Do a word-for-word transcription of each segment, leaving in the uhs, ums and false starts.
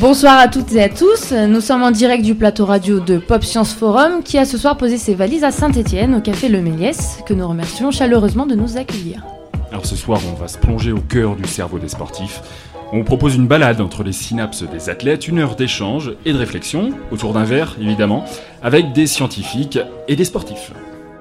Bonsoir à toutes et à tous, nous sommes en direct du plateau radio de Pop Science Forum qui a ce soir posé ses valises à Saint-Étienne au café Le Méliès, que nous remercions chaleureusement de nous accueillir. Alors ce soir on va se plonger au cœur du cerveau des sportifs. On vous propose une balade entre les synapses des athlètes, une heure d'échange et de réflexion, autour d'un verre évidemment, avec des scientifiques et des sportifs.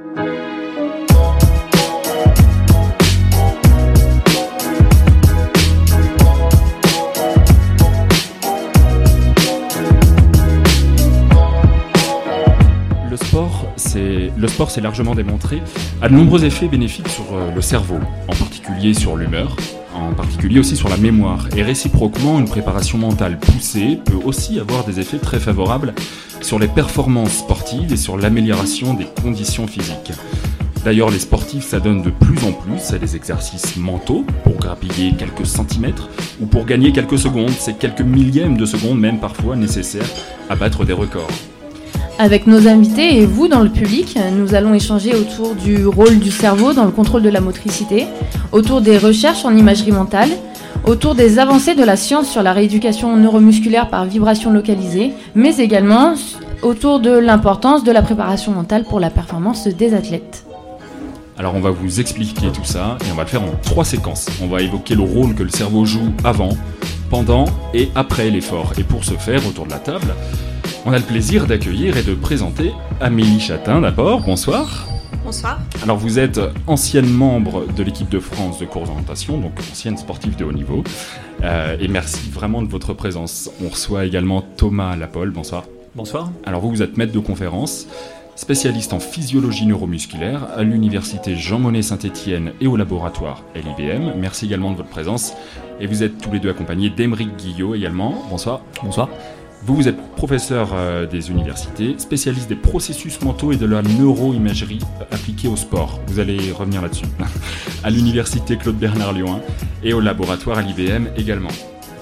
Le sport, c'est, le sport, c'est largement démontré, a de nombreux effets bénéfiques sur euh, le cerveau, en particulier sur l'humeur, en particulier aussi sur la mémoire. Et réciproquement, une préparation mentale poussée peut aussi avoir des effets très favorables sur les performances sportives et sur l'amélioration des conditions physiques. D'ailleurs, les sportifs s'adonnent de plus en plus à des exercices mentaux pour grappiller quelques centimètres ou pour gagner quelques secondes. C'est quelques millièmes de secondes même parfois nécessaires à battre des records. Avec nos invités et vous dans le public, nous allons échanger autour du rôle du cerveau dans le contrôle de la motricité, autour des recherches en imagerie mentale, autour des avancées de la science sur la rééducation neuromusculaire par vibration localisée, mais également autour de l'importance de la préparation mentale pour la performance des athlètes. Alors on va vous expliquer tout ça et on va le faire en trois séquences. On va évoquer le rôle que le cerveau joue avant, pendant et après l'effort. Et pour ce faire, autour de la table, on a le plaisir d'accueillir et de présenter Amélie Chatin d'abord. Bonsoir. Bonsoir. Alors vous êtes ancienne membre de l'équipe de France de course d'orientation, donc ancienne sportive de haut niveau. Euh, et merci vraiment de votre présence. On reçoit également Thomas Lapolle. Bonsoir. Bonsoir. Alors vous, vous êtes maître de conférence, spécialiste en physiologie neuromusculaire à l'université Jean Monnet Saint-Étienne et au laboratoire L I B M. Merci également de votre présence. Et vous êtes tous les deux accompagnés d'Aymeric Guillot également. Bonsoir. Bonsoir. Vous, vous êtes professeur euh, des universités, spécialiste des processus mentaux et de la neuroimagerie appliquée au sport. Vous allez revenir là-dessus. À l'université Claude Bernard Lyon et au laboratoire à l'I B M également.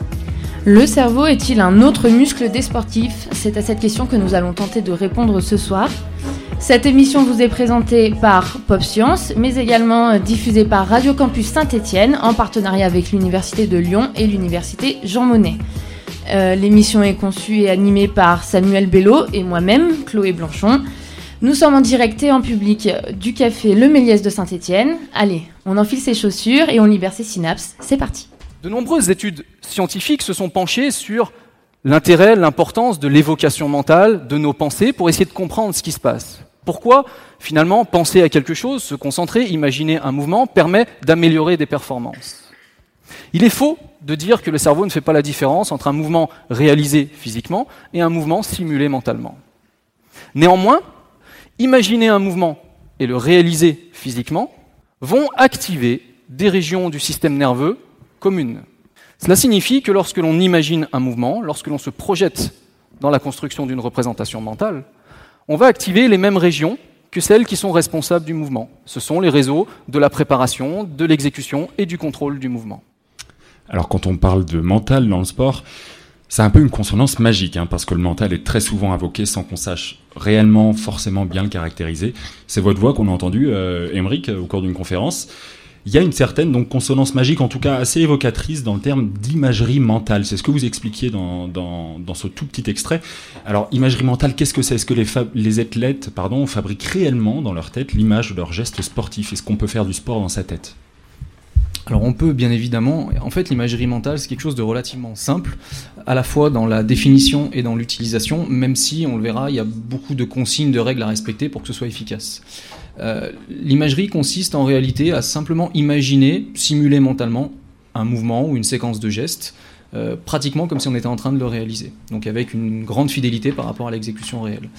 Le cerveau est-il un autre muscle des sportifs ? C'est à cette question que nous allons tenter de répondre ce soir. Cette émission vous est présentée par Pop Science, mais également diffusée par Radio Campus Saint-Étienne en partenariat avec l'université de Lyon et l'université Jean Monnet. Euh, l'émission est conçue et animée par Samuel Bello et moi-même, Chloé Blanchon. Nous sommes en direct et en public du café Le Méliès de Saint-Étienne. Allez, on enfile ses chaussures et on libère ses synapses. C'est parti. De nombreuses études scientifiques se sont penchées sur l'intérêt, l'importance de l'évocation mentale de nos pensées pour essayer de comprendre ce qui se passe. Pourquoi, finalement, penser à quelque chose, se concentrer, imaginer un mouvement, permet d'améliorer des performances. Il est faux de dire que le cerveau ne fait pas la différence entre un mouvement réalisé physiquement et un mouvement simulé mentalement. Néanmoins, imaginer un mouvement et le réaliser physiquement vont activer des régions du système nerveux communes. Cela signifie que lorsque l'on imagine un mouvement, lorsque l'on se projette dans la construction d'une représentation mentale, on va activer les mêmes régions que celles qui sont responsables du mouvement. Ce sont les réseaux de la préparation, de l'exécution et du contrôle du mouvement. Alors quand on parle de mental dans le sport, c'est un peu une consonance magique, hein, parce que le mental est très souvent invoqué sans qu'on sache réellement, forcément bien le caractériser. C'est votre voix qu'on a entendue, euh, Aymeric, au cours d'une conférence. Il y a une certaine donc, consonance magique, en tout cas assez évocatrice dans le terme d'imagerie mentale. C'est ce que vous expliquiez dans, dans, dans ce tout petit extrait. Alors, imagerie mentale, qu'est-ce que c'est ? Est-ce que les, fa- les athlètes pardon, fabriquent réellement dans leur tête l'image de leur geste sportif ? Est-ce qu'on peut faire du sport dans sa tête ? Alors on peut bien évidemment, en fait l'imagerie mentale c'est quelque chose de relativement simple, à la fois dans la définition et dans l'utilisation, même si on le verra, il y a beaucoup de consignes, de règles à respecter pour que ce soit efficace. Euh, l'imagerie consiste en réalité à simplement imaginer, simuler mentalement un mouvement ou une séquence de gestes, euh, pratiquement comme si on était en train de le réaliser, donc avec une grande fidélité par rapport à l'exécution réelle.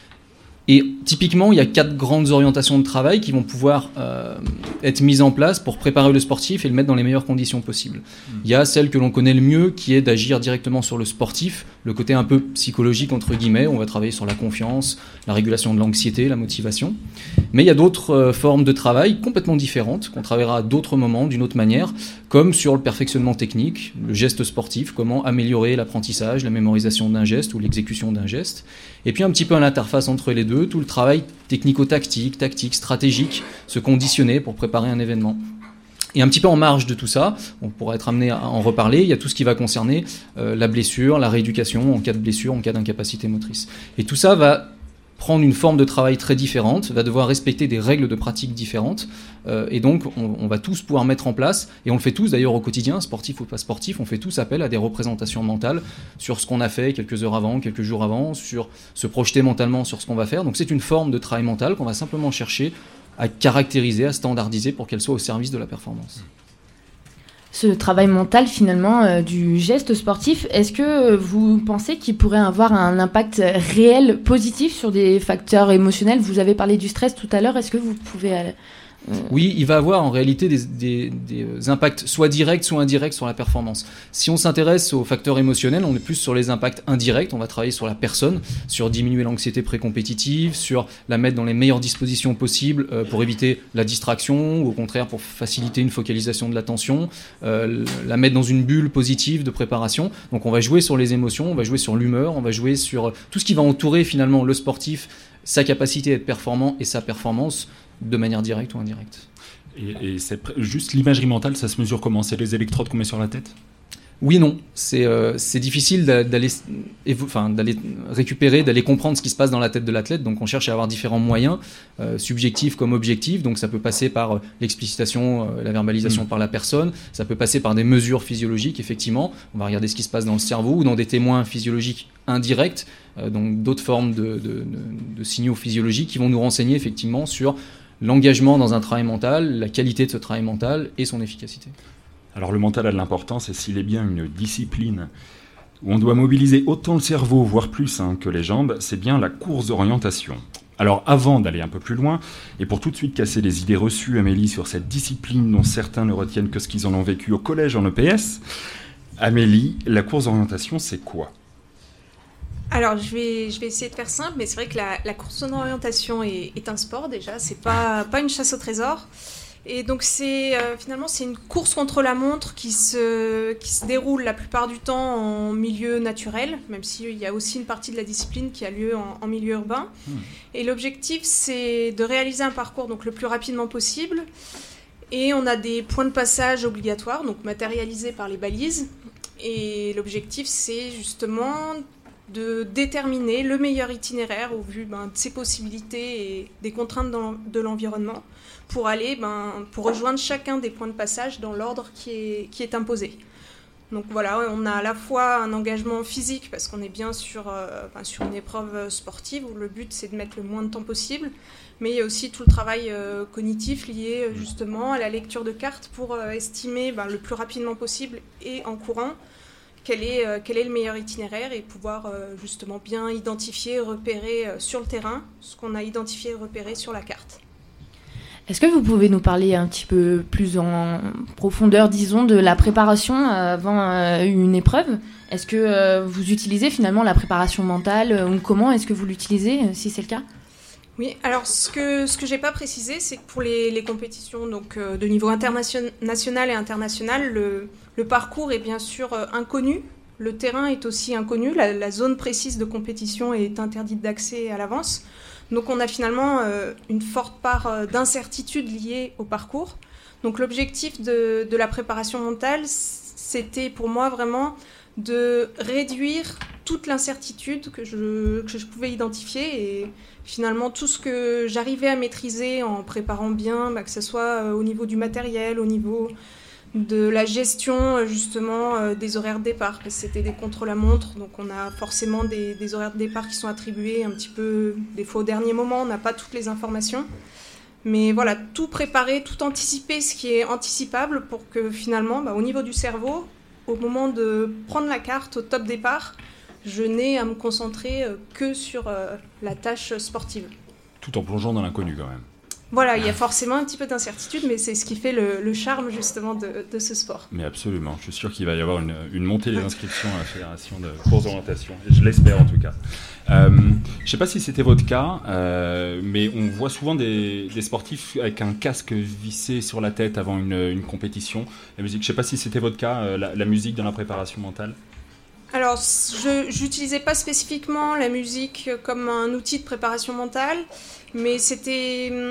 Et typiquement, il y a quatre grandes orientations de travail qui vont pouvoir euh, être mises en place pour préparer le sportif et le mettre dans les meilleures conditions possibles. Mmh. Il y a celle que l'on connaît le mieux, qui est d'agir directement sur le sportif, le côté un peu psychologique, entre guillemets, on va travailler sur la confiance, la régulation de l'anxiété, la motivation. Mais il y a d'autres euh, formes de travail complètement différentes, qu'on travaillera à d'autres moments, d'une autre manière, comme sur le perfectionnement technique, le geste sportif, comment améliorer l'apprentissage, la mémorisation d'un geste ou l'exécution d'un geste. Et puis un petit peu à l'interface entre les deux, tout le travail technico-tactique, tactique, stratégique, se conditionner pour préparer un événement. Et un petit peu en marge de tout ça, on pourra être amené à en reparler, il y a tout ce qui va concerner euh, la blessure, la rééducation en cas de blessure, en cas d'incapacité motrice. Et tout ça va prendre une forme de travail très différente, va devoir respecter des règles de pratique différentes, euh, et donc on, on va tous pouvoir mettre en place, et on le fait tous d'ailleurs au quotidien, sportif ou pas sportif, on fait tous appel à des représentations mentales sur ce qu'on a fait quelques heures avant, quelques jours avant, sur se projeter mentalement sur ce qu'on va faire. Donc c'est une forme de travail mental qu'on va simplement chercher à caractériser, à standardiser pour qu'elle soit au service de la performance. Ce travail mental finalement euh, du geste sportif, est-ce que vous pensez qu'il pourrait avoir un impact réel positif sur des facteurs émotionnels ? Vous avez parlé du stress tout à l'heure, est-ce que vous pouvez... Euh, Oui, il va avoir en réalité des, des, des impacts soit directs, soit indirects sur la performance. Si on s'intéresse aux facteurs émotionnels, on est plus sur les impacts indirects, on va travailler sur la personne, sur diminuer l'anxiété pré-compétitive, sur la mettre dans les meilleures dispositions possibles euh, pour éviter la distraction, ou au contraire pour faciliter une focalisation de l'attention, euh, la mettre dans une bulle positive de préparation. Donc on va jouer sur les émotions, on va jouer sur l'humeur, on va jouer sur tout ce qui va entourer finalement le sportif, sa capacité à être performant et sa performance, de manière directe ou indirecte. Et, et c'est pr- juste l'imagerie mentale, ça se mesure comment ? C'est les électrodes qu'on met sur la tête ? Oui et non. C'est, euh, c'est difficile d'aller, enfin, d'aller récupérer, d'aller comprendre ce qui se passe dans la tête de l'athlète. Donc on cherche à avoir différents moyens, euh, subjectifs comme objectifs. Donc ça peut passer par l'explicitation, euh, la verbalisation mmh. par la personne. Ça peut passer par des mesures physiologiques, effectivement. On va regarder ce qui se passe dans le cerveau ou dans des témoins physiologiques indirects. Euh, donc d'autres formes de, de, de, de signaux physiologiques qui vont nous renseigner effectivement sur l'engagement dans un travail mental, la qualité de ce travail mental et son efficacité. Alors le mental a de l'importance, et s'il est bien une discipline où on doit mobiliser autant le cerveau, voire plus hein, que les jambes, c'est bien la course d'orientation. Alors avant d'aller un peu plus loin, et pour tout de suite casser les idées reçues, Amélie, sur cette discipline dont certains ne retiennent que ce qu'ils en ont vécu au collège en E P S, Amélie, la course d'orientation, c'est quoi ? Alors, je vais, je vais essayer de faire simple, mais c'est vrai que la, la course d'orientation est, est un sport déjà, c'est pas, pas une chasse au trésor. Et donc, c'est, euh, finalement, c'est une course contre la montre qui se, qui se déroule la plupart du temps en milieu naturel, même s'il y a aussi une partie de la discipline qui a lieu en, en milieu urbain. Mmh. Et l'objectif, c'est de réaliser un parcours donc, le plus rapidement possible. Et on a des points de passage obligatoires, donc matérialisés par les balises. Et l'objectif, c'est justement de déterminer le meilleur itinéraire au vu ben, de ses possibilités et des contraintes de l'environnement pour aller, ben, pour rejoindre chacun des points de passage dans l'ordre qui est, qui est imposé. Donc voilà, on a à la fois un engagement physique parce qu'on est bien sur, euh, ben, sur une épreuve sportive où le but c'est de mettre le moins de temps possible, mais il y a aussi tout le travail euh, cognitif lié justement à la lecture de cartes pour euh, estimer ben, le plus rapidement possible et en courant Quel est, euh, quel est le meilleur itinéraire et pouvoir euh, justement bien identifier, repérer euh, sur le terrain ce qu'on a identifié et repéré sur la carte. Est-ce que vous pouvez nous parler un petit peu plus en profondeur, disons, de la préparation avant euh, une épreuve ? Est-ce que euh, vous utilisez finalement la préparation mentale euh, ou comment est-ce que vous l'utilisez, euh, si c'est le cas ? Oui, alors ce que ce que j'ai pas précisé, c'est que pour les, les compétitions donc euh, de niveau international et international, le, le parcours est bien sûr euh, inconnu, le terrain est aussi inconnu, la, la zone précise de compétition est interdite d'accès à l'avance. Donc on a finalement euh, une forte part euh, d'incertitude liée au parcours. Donc l'objectif de, de la préparation mentale, c'était pour moi vraiment de réduire toute l'incertitude que je, que je pouvais identifier et finalement tout ce que j'arrivais à maîtriser en préparant bien, bah, que ce soit au niveau du matériel, au niveau de la gestion justement euh, des horaires de départ, parce que c'était des contre-la-montre, donc on a forcément des, des horaires de départ qui sont attribués un petit peu, des fois au dernier moment, on n'a pas toutes les informations. Mais voilà, tout préparer, tout anticiper ce qui est anticipable pour que finalement, bah, au niveau du cerveau, au moment de prendre la carte au top départ, je n'ai à me concentrer que sur euh, la tâche sportive. Tout en plongeant dans l'inconnu quand même. Voilà, il y a forcément un petit peu d'incertitude, mais c'est ce qui fait le, le charme justement de, de ce sport. Mais absolument, je suis sûr qu'il va y avoir une, une montée des inscriptions à la Fédération de course d'orientation, et je l'espère en tout cas. Euh, je ne sais pas si c'était votre cas, euh, mais on voit souvent des, des sportifs avec un casque vissé sur la tête avant une, une compétition. La musique, je ne sais pas si c'était votre cas, euh, la, la musique dans la préparation mentale. Alors, je n'utilisais pas spécifiquement la musique comme un outil de préparation mentale, mais c'était...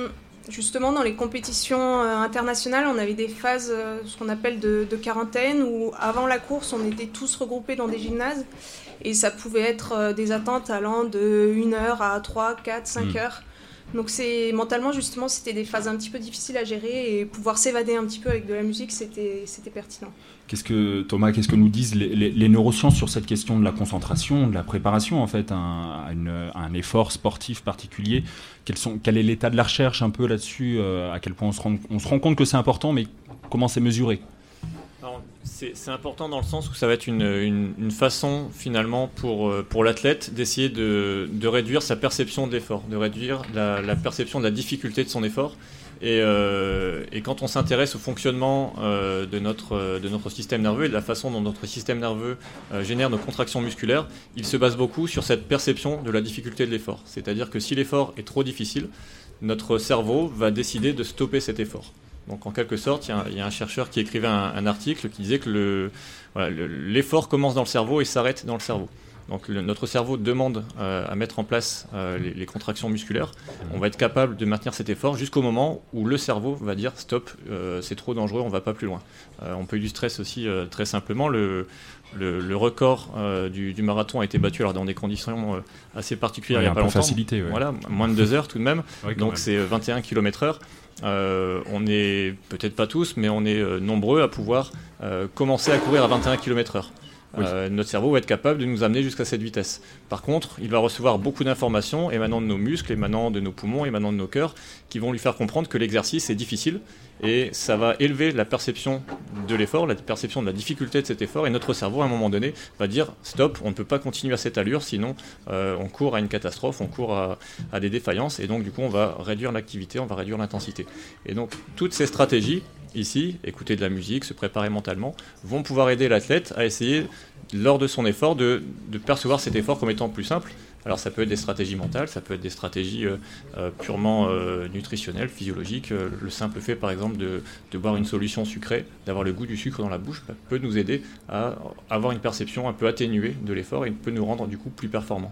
justement, dans les compétitions euh, internationales, on avait des phases, euh, ce qu'on appelle de, de quarantaine, où avant la course, on était tous regroupés dans des gymnases, et ça pouvait être euh, des attentes allant de une heure à trois, quatre, cinq mmh. heures. Donc c'est, mentalement, justement, c'était des phases un petit peu difficiles à gérer, et pouvoir s'évader un petit peu avec de la musique, c'était, c'était pertinent. Qu'est-ce que, Thomas, qu'est-ce que nous disent les, les, les neurosciences sur cette question de la concentration, de la préparation, en fait, à un, une, un effort sportif particulier? Quels sont, quel est l'état de la recherche un peu là-dessus? euh, À quel point on se, rend, on se rend compte que c'est important, mais comment c'est mesuré? Alors, c'est, c'est important dans le sens où ça va être une, une, une façon, finalement, pour, pour l'athlète d'essayer de, de réduire sa perception de l'effort, de réduire la, la perception de la difficulté de son effort. Et, euh, et quand on s'intéresse au fonctionnement euh, de, notre, de notre système nerveux et de la façon dont notre système nerveux euh, génère nos contractions musculaires, il se base beaucoup sur cette perception de la difficulté de l'effort. C'est-à-dire que si l'effort est trop difficile, notre cerveau va décider de stopper cet effort. Donc en quelque sorte, il y a un, il y a un chercheur qui écrivait un, un article qui disait que le, voilà, le, l'effort commence dans le cerveau et s'arrête dans le cerveau. Donc le, notre cerveau demande euh, à mettre en place euh, les, les contractions musculaires. On va être capable de maintenir cet effort jusqu'au moment où le cerveau va dire stop, euh, c'est trop dangereux, on ne va pas plus loin. Euh, on peut illustrer ceci euh, très simplement. Le, le, le record euh, du, du marathon a été battu alors dans des conditions euh, assez particulières ouais, il n'y a pas longtemps. Facilité, ouais. Voilà, moins de deux heures tout de même. Ouais, Donc même. c'est vingt et un kilomètres heure. Euh, on est peut-être pas tous, mais on est euh, nombreux à pouvoir euh, commencer à courir à vingt et un kilomètres heure. Oui. Euh, notre cerveau va être capable de nous amener jusqu'à cette vitesse. Par contre, il va recevoir beaucoup d'informations émanant de nos muscles, émanant de nos poumons, émanant de nos cœurs, qui vont lui faire comprendre que l'exercice est difficile et ça va élever la perception de l'effort, la perception de la difficulté de cet effort, et notre cerveau, à un moment donné, va dire stop, on ne peut pas continuer à cette allure, sinon euh, on court à une catastrophe, on court à, à des défaillances, et donc du coup on va réduire l'activité, on va réduire l'intensité. Et donc toutes ces stratégies ici, écouter de la musique, se préparer mentalement, vont pouvoir aider l'athlète à essayer, lors de son effort, de, de percevoir cet effort comme étant plus simple. Alors ça peut être des stratégies mentales, ça peut être des stratégies euh, euh, purement euh, nutritionnelles, physiologiques. Euh, le simple fait, par exemple, de, de boire une solution sucrée, d'avoir le goût du sucre dans la bouche, bah, peut nous aider à avoir une perception un peu atténuée de l'effort et peut nous rendre du coup plus performants.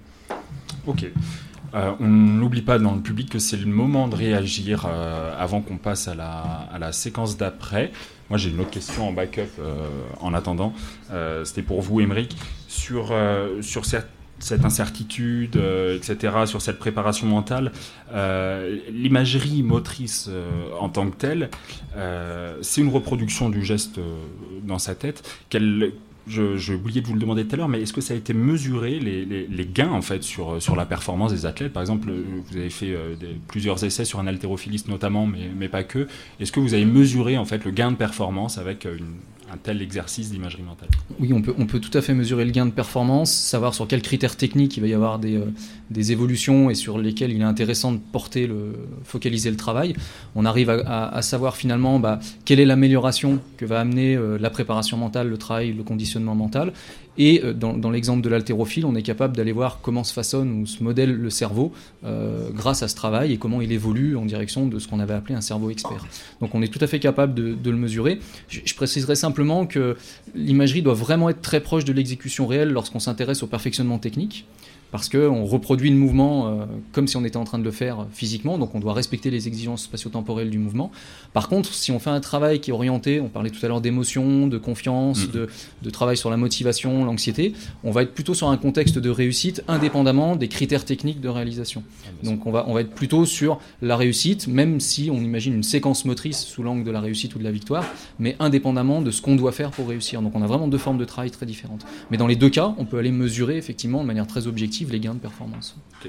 Ok. Euh, on n'oublie pas dans le public que c'est le moment de réagir euh, avant qu'on passe à la, à la séquence d'après. Moi, j'ai une autre question en backup euh, en attendant. Euh, c'était pour vous, Aymeric, sur, euh, sur cette, cette incertitude, euh, et cetera, sur cette préparation mentale. Euh, l'imagerie motrice euh, en tant que telle, euh, c'est une reproduction du geste euh, dans sa tête. Quelle, Je, j'ai oublié de vous le demander tout à l'heure, mais est-ce que ça a été mesuré, les, les, les gains en fait, sur, sur la performance des athlètes? Par exemple, vous avez fait euh, des, plusieurs essais sur un haltérophiliste notamment, mais, mais pas que. Est-ce que vous avez mesuré en fait, le gain de performance avec une, un tel exercice d'imagerie mentale? Oui, on peut, on peut tout à fait mesurer le gain de performance, savoir sur quels critères techniques il va y avoir des, euh, des évolutions et sur lesquels il est intéressant de porter le, focaliser le travail. On arrive à, à, à savoir finalement bah, quelle est l'amélioration que va amener euh, la préparation mentale, le travail, le conditionnement mental. Et euh, dans, dans l'exemple de l'haltérophile, on est capable d'aller voir comment se façonne ou se modèle le cerveau euh, grâce à ce travail et comment il évolue en direction de ce qu'on avait appelé un cerveau expert. Donc on est tout à fait capable de, de le mesurer. Je, je préciserai simplement que l'imagerie doit vraiment être très proche de l'exécution réelle lorsqu'on s'intéresse au perfectionnement technique, parce qu'on reproduit le mouvement euh, comme si on était en train de le faire physiquement, donc on doit respecter les exigences spatio-temporelles du mouvement. Par contre, si on fait un travail qui est orienté, on parlait tout à l'heure d'émotion, de confiance, mmh. de, de travail sur la motivation, l'anxiété, on va être plutôt sur un contexte de réussite indépendamment des critères techniques de réalisation. Donc on va, on va être plutôt sur la réussite, même si on imagine une séquence motrice sous l'angle de la réussite ou de la victoire, mais indépendamment de ce qu'on doit faire pour réussir. Donc on a vraiment deux formes de travail très différentes. Mais dans les deux cas, on peut aller mesurer effectivement de manière très objective les gains de performance. Okay.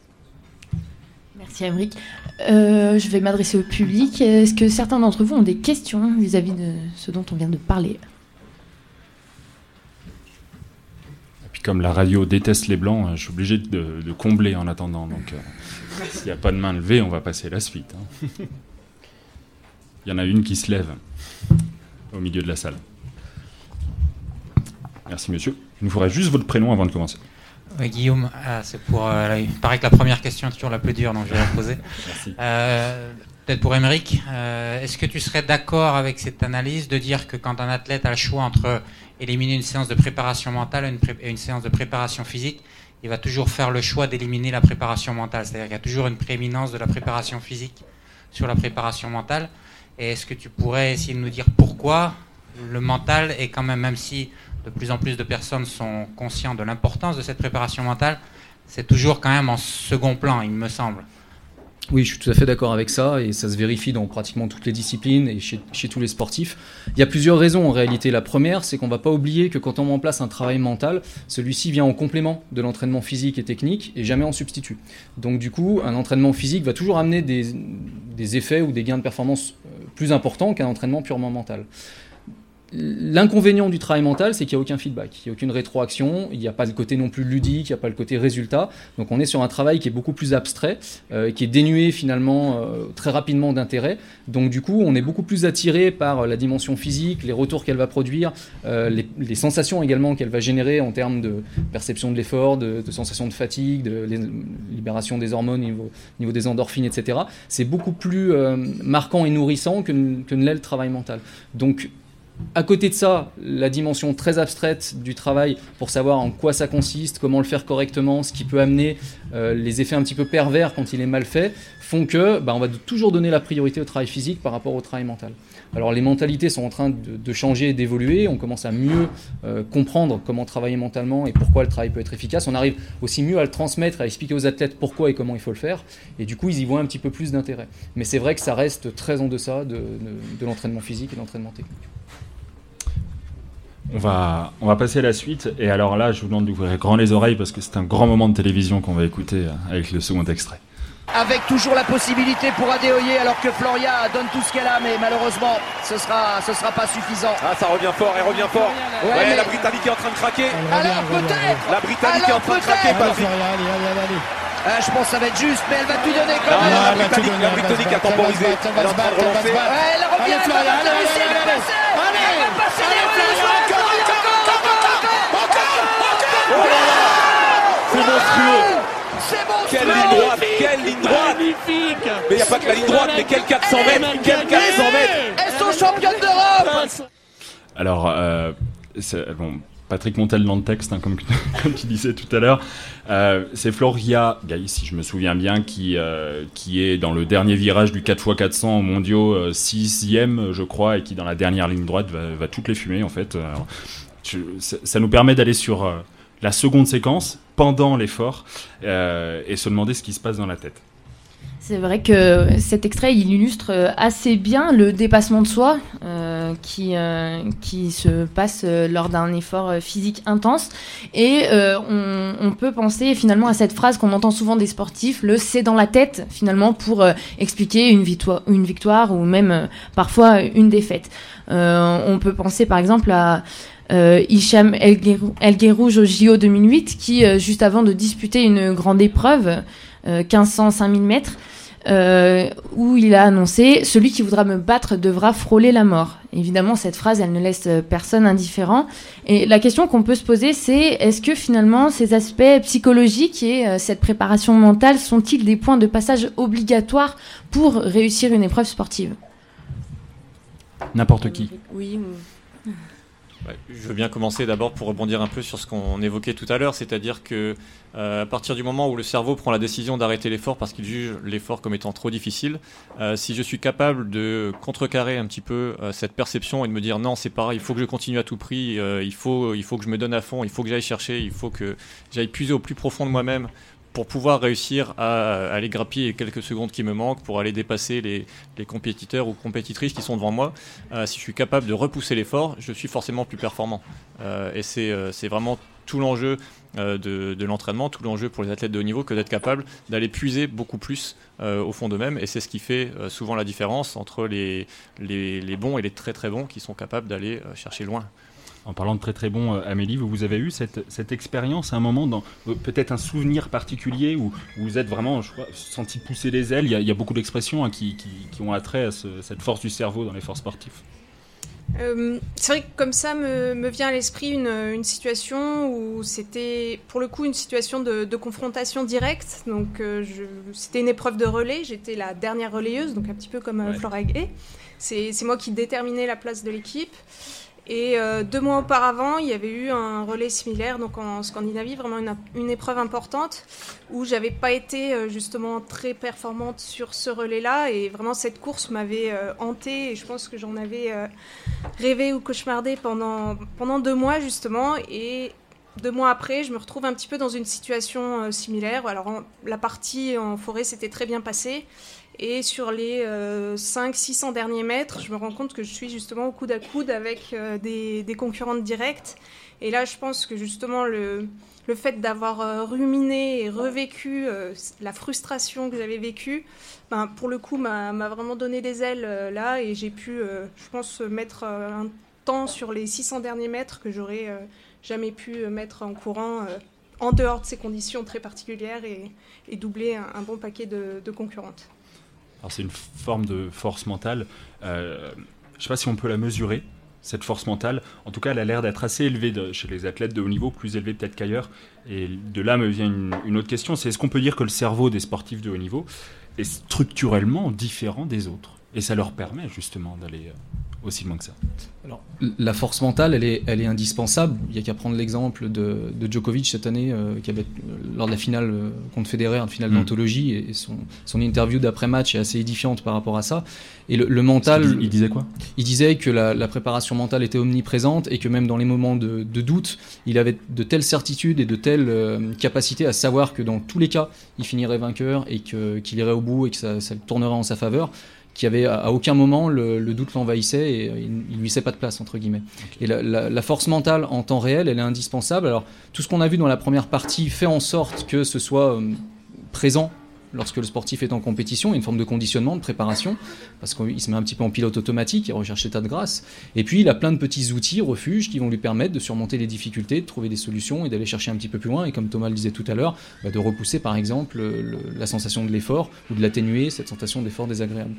Merci Aymeric. Euh, je vais m'adresser au public. Est-ce que certains d'entre vous ont des questions vis-à-vis de ce dont on vient de parler? Et puis comme la radio déteste les blancs, je suis obligé de, de combler en attendant. Donc euh, s'il n'y a pas de main levée, on va passer à la suite. Hein. Il y en a une qui se lève au milieu de la salle. Merci monsieur. Il nous faudrait juste votre prénom avant de commencer. Oui, Guillaume, ah, c'est pour. Euh, il paraît que la première question est toujours la plus dure, donc je vais la poser. Merci. Euh, peut-être pour Aymeric, euh, est-ce que tu serais d'accord avec cette analyse de dire que quand un athlète a le choix entre éliminer une séance de préparation mentale et une, pré- et une séance de préparation physique, il va toujours faire le choix d'éliminer la préparation mentale, c'est-à-dire qu'il y a toujours une prééminence de la préparation physique sur la préparation mentale. Et est-ce que tu pourrais essayer de nous dire pourquoi le mental est quand même, même si de plus en plus de personnes sont conscientes de l'importance de cette préparation mentale, c'est toujours quand même en second plan, il me semble. Oui, je suis tout à fait d'accord avec ça, et ça se vérifie dans pratiquement toutes les disciplines et chez, chez tous les sportifs. Il y a plusieurs raisons en réalité. La première, c'est qu'on ne va pas oublier que quand on met en place un travail mental, celui-ci vient en complément de l'entraînement physique et technique et jamais en substitut. Donc du coup, un entraînement physique va toujours amener des, des effets ou des gains de performance plus importants qu'un entraînement purement mental. L'inconvénient du travail mental, c'est qu'il n'y a aucun feedback, il n'y a aucune rétroaction, il n'y a pas le côté non plus ludique, il n'y a pas le côté résultat. Donc on est sur un travail qui est beaucoup plus abstrait, euh, qui est dénué finalement euh, très rapidement d'intérêt. Donc du coup, on est beaucoup plus attiré par la dimension physique, les retours qu'elle va produire, euh, les, les sensations également qu'elle va générer en termes de perception de l'effort, de, de sensation de fatigue, de libération des hormones au niveau, au niveau des endorphines, et cetera. C'est beaucoup plus euh, marquant et nourrissant que, que ne l'est le travail mental. Donc à côté de ça, la dimension très abstraite du travail pour savoir en quoi ça consiste, comment le faire correctement, ce qui peut amener euh, les effets un petit peu pervers quand il est mal fait, font que bah, on va toujours donner la priorité au travail physique par rapport au travail mental. Alors les mentalités sont en train de, de changer et d'évoluer, on commence à mieux euh, comprendre comment travailler mentalement et pourquoi le travail peut être efficace, on arrive aussi mieux à le transmettre, à expliquer aux athlètes pourquoi et comment il faut le faire, et du coup ils y voient un petit peu plus d'intérêt. Mais c'est vrai que ça reste très en deçà de, de, de l'entraînement physique et de l'entraînement technique. On va, on va passer à la suite, et alors là je vous demande d'ouvrir grand les oreilles parce que c'est un grand moment de télévision qu'on va écouter avec le second extrait. Avec toujours la possibilité pour Adéoyer, alors que Floria donne tout ce qu'elle a, mais malheureusement ce sera, ce sera pas suffisant. Ah, ça revient fort, elle revient fort. Ouais, ouais mais... La Britannique est en train de craquer. Alors peut-être. La Britannique alors, est en train peut-être. de craquer, Patrick. Allez, allez, allez, allez. Ah, je pense que ça va être juste, mais elle va tout donner quand même. La Britannique, la Britannique a temporisé. Elle est en train de relancer. Ouais, elle revient, elle va réussir, elle va passer. Elle va passer, c'est monstrueux. C'est monstrueux. Quelle ligne droite, quelle ligne droite. Magnifique. Mais il n'y a pas que la ligne droite, mais quel quatre cents mètres, quel quatre cents mètres. Elles sont championnes d'Europe. Alors, euh, c'est, bon, Patrick Montel dans le texte, hein, comme, comme tu disais tout à l'heure, euh, c'est Floria Gaïs, si je me souviens bien, qui, euh, qui est dans le dernier virage du quatre fois quatre cents au mondiaux, euh, sixième, je crois, et qui, dans la dernière ligne droite, va, va toutes les fumer, en fait. Alors, je, ça, ça nous permet d'aller sur euh, la seconde séquence, pendant l'effort, euh, et se demander ce qui se passe dans la tête. C'est vrai que cet extrait, il illustre assez bien le dépassement de soi euh, qui, euh, qui se passe lors d'un effort physique intense. Et euh, on, on peut penser finalement à cette phrase qu'on entend souvent des sportifs, le « c'est dans la tête », finalement, pour euh, expliquer une victoire, une victoire ou même euh, parfois une défaite. Euh, on peut penser par exemple à... Euh, Hicham El Guerrouj au J O deux mille huit qui, euh, juste avant de disputer une grande épreuve, euh, quinze cents, cinq mille mètres, euh, où il a annoncé « Celui qui voudra me battre devra frôler la mort ». Évidemment, cette phrase, elle ne laisse personne indifférent. Et la question qu'on peut se poser, c'est est-ce que finalement, ces aspects psychologiques et euh, cette préparation mentale sont-ils des points de passage obligatoires pour réussir une épreuve sportive ? N'importe qui. Oui, ou... Ouais, je veux bien commencer d'abord pour rebondir un peu sur ce qu'on évoquait tout à l'heure, c'est-à-dire que euh, à partir du moment où le cerveau prend la décision d'arrêter l'effort parce qu'il juge l'effort comme étant trop difficile, euh, si je suis capable de contrecarrer un petit peu euh, cette perception et de me dire non, c'est pareil, il faut que je continue à tout prix, euh, il faut, il faut que je me donne à fond, il faut que j'aille chercher, il faut que j'aille puiser au plus profond de moi-même pour pouvoir réussir à aller grappiller les quelques secondes qui me manquent, pour aller dépasser les, les compétiteurs ou compétitrices qui sont devant moi, euh, si je suis capable de repousser l'effort, je suis forcément plus performant. Euh, et c'est, euh, c'est vraiment tout l'enjeu euh, de, de l'entraînement, tout l'enjeu pour les athlètes de haut niveau, que d'être capable d'aller puiser beaucoup plus euh, au fond d'eux-mêmes. Et c'est ce qui fait euh, souvent la différence entre les, les, les bons et les très très bons qui sont capables d'aller euh, chercher loin. En parlant de très très bon, euh, Amélie, vous, vous avez eu cette, cette expérience à un moment, dans euh, peut-être un souvenir particulier où, où vous êtes vraiment, je crois, senti pousser les ailes. Il y a, il y a beaucoup d'expressions hein, qui, qui, qui ont attrait à ce, cette force du cerveau dans l'effort sportif. Euh, c'est vrai que comme ça me, me vient à l'esprit une, une situation où c'était pour le coup une situation de, de confrontation directe. Donc euh, je, c'était une épreuve de relais, j'étais la dernière relayeuse, donc un petit peu comme euh, ouais. Flora Gay. C'est, c'est moi qui déterminais la place de l'équipe. Et euh, deux mois auparavant, il y avait eu un relais similaire, donc en Scandinavie, vraiment une, une épreuve importante, où j'avais pas été euh, justement très performante sur ce relais-là, et vraiment cette course m'avait euh, hantée, et je pense que j'en avais euh, rêvé ou cauchemardé pendant, pendant deux mois justement, et deux mois après, je me retrouve un petit peu dans une situation euh, similaire. Alors en, la partie en forêt s'était très bien passée, et sur les euh, cinq cents six cents derniers mètres, je me rends compte que je suis justement au coude à coude avec euh, des, des concurrentes directes. Et là, je pense que justement, le, le fait d'avoir euh, ruminé et revécu euh, la frustration que j'avais vécue, ben, pour le coup, m'a, m'a vraiment donné des ailes euh, là. Et j'ai pu, euh, je pense, mettre euh, un temps sur les six cents derniers mètres que j'aurais euh, jamais pu mettre en courant euh, en dehors de ces conditions très particulières et, et doubler un, un bon paquet de, de concurrentes. Alors c'est une forme de force mentale. Euh, je ne sais pas si on peut la mesurer, cette force mentale. En tout cas, elle a l'air d'être assez élevée de, chez les athlètes de haut niveau, plus élevée peut-être qu'ailleurs. Et de là me vient une, une autre question, c'est est-ce qu'on peut dire que le cerveau des sportifs de haut niveau est structurellement différent des autres ? Et ça leur permet justement d'aller euh, aussi loin que ça. Alors, la force mentale, elle est, elle est indispensable. Il n'y a qu'à prendre l'exemple de, de Djokovic cette année, euh, qui avait, euh, lors de la finale euh, contre Federer, une finale mmh. d'anthologie, et, et son, son interview d'après-match est assez édifiante par rapport à ça. Et le, le mental... Il, il disait quoi ? Il disait que la, la préparation mentale était omniprésente et que même dans les moments de, de doute, il avait de telles certitudes et de telles euh, capacités à savoir que dans tous les cas, il finirait vainqueur et que, qu'il irait au bout et que ça, ça tournerait en sa faveur, qu'il y avait à aucun moment le, le doute l'envahissait et il, il lui laissait pas de place entre guillemets. Okay. Et la, la, la force mentale en temps réel, elle est indispensable. Alors tout ce qu'on a vu dans la première partie fait en sorte que ce soit euh, présent lorsque le sportif est en compétition, il y a une forme de conditionnement, de préparation, parce qu'il se met un petit peu en pilote automatique, il recherche l'état de grâce, et puis il a plein de petits outils, refuges, qui vont lui permettre de surmonter les difficultés, de trouver des solutions et d'aller chercher un petit peu plus loin, et comme Thomas le disait tout à l'heure, bah de repousser par exemple le, la sensation de l'effort, ou de l'atténuer, cette sensation d'effort désagréable.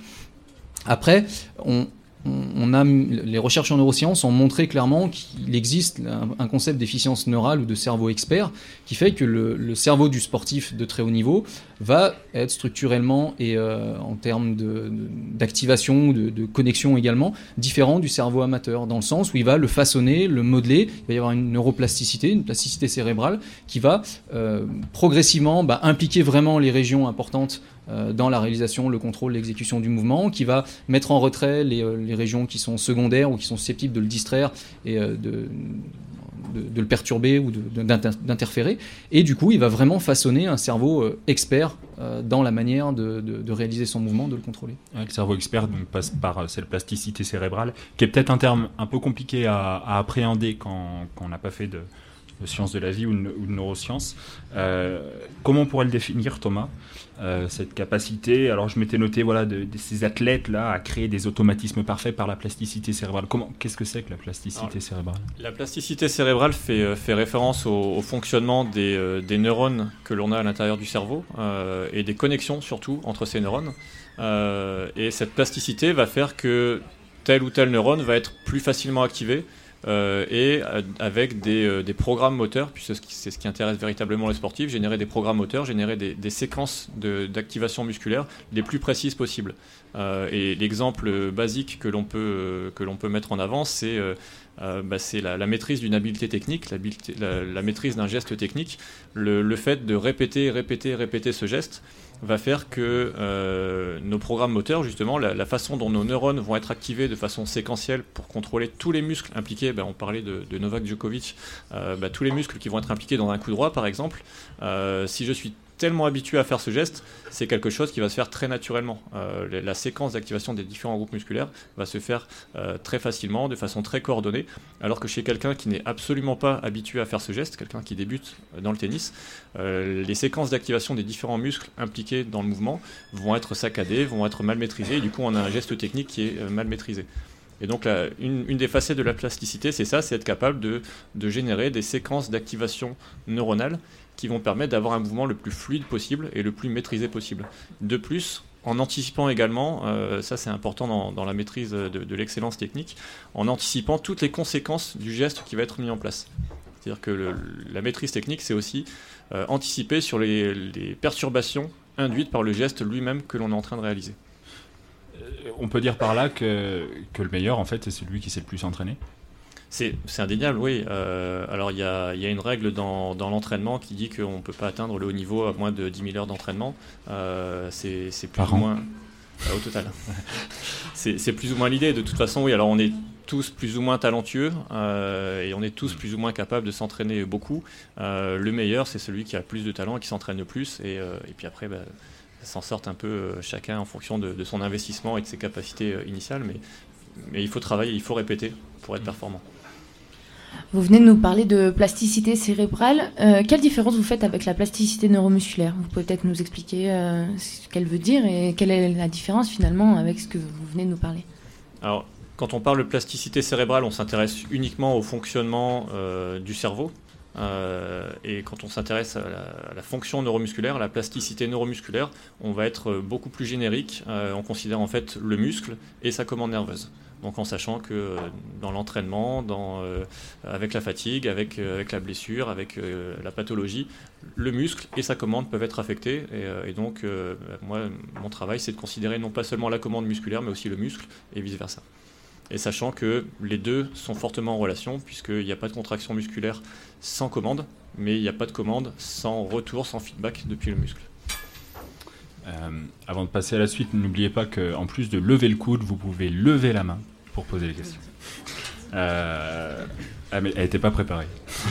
Après, on, on a, les recherches en neurosciences ont montré clairement qu'il existe un, un concept d'efficience neurale ou de cerveau expert qui fait que le, le cerveau du sportif de très haut niveau va être structurellement et euh, en termes de, de, d'activation, de, de connexion également, différent du cerveau amateur, dans le sens où il va le façonner, le modeler, il va y avoir une neuroplasticité, une plasticité cérébrale qui va euh, progressivement bah, impliquer vraiment les régions importantes euh, dans la réalisation, le contrôle, l'exécution du mouvement, qui va mettre en retrait les, les régions qui sont secondaires ou qui sont susceptibles de le distraire et euh, de... De, de le perturber ou de, de, d'interférer. Et du coup, il va vraiment façonner un cerveau euh, expert euh, dans la manière de, de, de réaliser son mouvement, de le contrôler. Ouais, le cerveau expert donc, passe par euh, cette plasticité cérébrale, qui est peut-être un terme un peu compliqué à, à appréhender quand, quand on n'a pas fait de, de sciences de la vie ou de, ou de neurosciences. Euh, comment on pourrait le définir, Thomas, euh, cette capacité? Alors, je m'étais noté voilà, de, de ces athlètes-là à créer des automatismes parfaits par la plasticité cérébrale. Comment, qu'est-ce que c'est que la plasticité Alors, cérébrale? La plasticité cérébrale fait, fait référence au, au fonctionnement des, euh, des neurones que l'on a à l'intérieur du cerveau euh, et des connexions surtout entre ces neurones. Euh, et cette plasticité va faire que tel ou tel neurone va être plus facilement activé. Euh, et euh, avec des, euh, des programmes moteurs, puisque c'est ce qui intéresse véritablement les sportifs, générer des programmes moteurs, générer des, des séquences de, d'activation musculaire les plus précises possibles. Euh, et l'exemple basique que l'on peut, euh, que l'on peut mettre en avant, c'est, euh, euh, bah, c'est la, la maîtrise d'une habileté technique, la, la maîtrise d'un geste technique. Le, le fait de répéter, répéter, répéter ce geste va faire que euh, nos programmes moteurs, justement, la, la façon dont nos neurones vont être activés de façon séquentielle pour contrôler tous les muscles impliqués, ben, on parlait de, de Novak Djokovic, euh, ben, tous les muscles qui vont être impliqués dans un coup droit, par exemple, euh, si je suis tellement habitué à faire ce geste, c'est quelque chose qui va se faire très naturellement. Euh, la séquence d'activation des différents groupes musculaires va se faire euh, très facilement, de façon très coordonnée, alors que chez quelqu'un qui n'est absolument pas habitué à faire ce geste, quelqu'un qui débute dans le tennis, euh, les séquences d'activation des différents muscles impliqués dans le mouvement vont être saccadées, vont être mal maîtrisées, et du coup on a un geste technique qui est euh, mal maîtrisé. Et donc là, une, une des facettes de la plasticité, c'est ça, c'est être capable de, de générer des séquences d'activation neuronale qui vont permettre d'avoir un mouvement le plus fluide possible et le plus maîtrisé possible. De plus, en anticipant également, euh, ça c'est important dans, dans la maîtrise de, de l'excellence technique, en anticipant toutes les conséquences du geste qui va être mis en place. C'est-à-dire que le, la maîtrise technique, c'est aussi euh, anticiper sur les, les perturbations induites par le geste lui-même que l'on est en train de réaliser. On peut dire par là que, que le meilleur, en fait, c'est celui qui s'est le plus entraîné. C'est, c'est indéniable, oui. Euh, alors, il y a, y a une règle dans, dans l'entraînement qui dit qu'on ne peut pas atteindre le haut niveau à moins de dix mille heures d'entraînement. Euh, c'est, c'est plus Par ou an. moins... Euh, au total. c'est, c'est plus ou moins l'idée. De toute façon, oui, alors on est tous plus ou moins talentueux euh, et on est tous plus ou moins capables de s'entraîner beaucoup. Euh, le meilleur, c'est celui qui a plus de talent et qui s'entraîne le plus. Et, euh, et puis après, bah, s'en sortent un peu euh, chacun en fonction de, de son investissement et de ses capacités euh, initiales. Mais, mais il faut travailler, il faut répéter pour être performant. Vous venez de nous parler de plasticité cérébrale. Euh, quelle différence vous faites avec la plasticité neuromusculaire ? Vous pouvez peut-être nous expliquer euh, ce qu'elle veut dire et quelle est la différence finalement avec ce que vous venez de nous parler ? Alors, quand on parle de plasticité cérébrale, on s'intéresse uniquement au fonctionnement euh, du cerveau. Euh, et quand on s'intéresse à la, à la fonction neuromusculaire, à la plasticité neuromusculaire, on va être beaucoup plus générique. Euh, on considère en fait le muscle et sa commande nerveuse. Donc en sachant que euh, dans l'entraînement, dans, euh, avec la fatigue, avec, euh, avec la blessure, avec euh, la pathologie, le muscle et sa commande peuvent être affectés. Et, euh, et donc, euh, moi, mon travail, c'est de considérer non pas seulement la commande musculaire, mais aussi le muscle et vice-versa. Et sachant que les deux sont fortement en relation, puisqu'il n'y a pas de contraction musculaire sans commande, mais il n'y a pas de commande sans retour, sans feedback depuis le muscle. Euh, avant de passer à la suite, n'oubliez pas qu'en plus de lever le coude, vous pouvez lever la main pour poser les questions. Euh, ah, mais elle n'était pas préparée.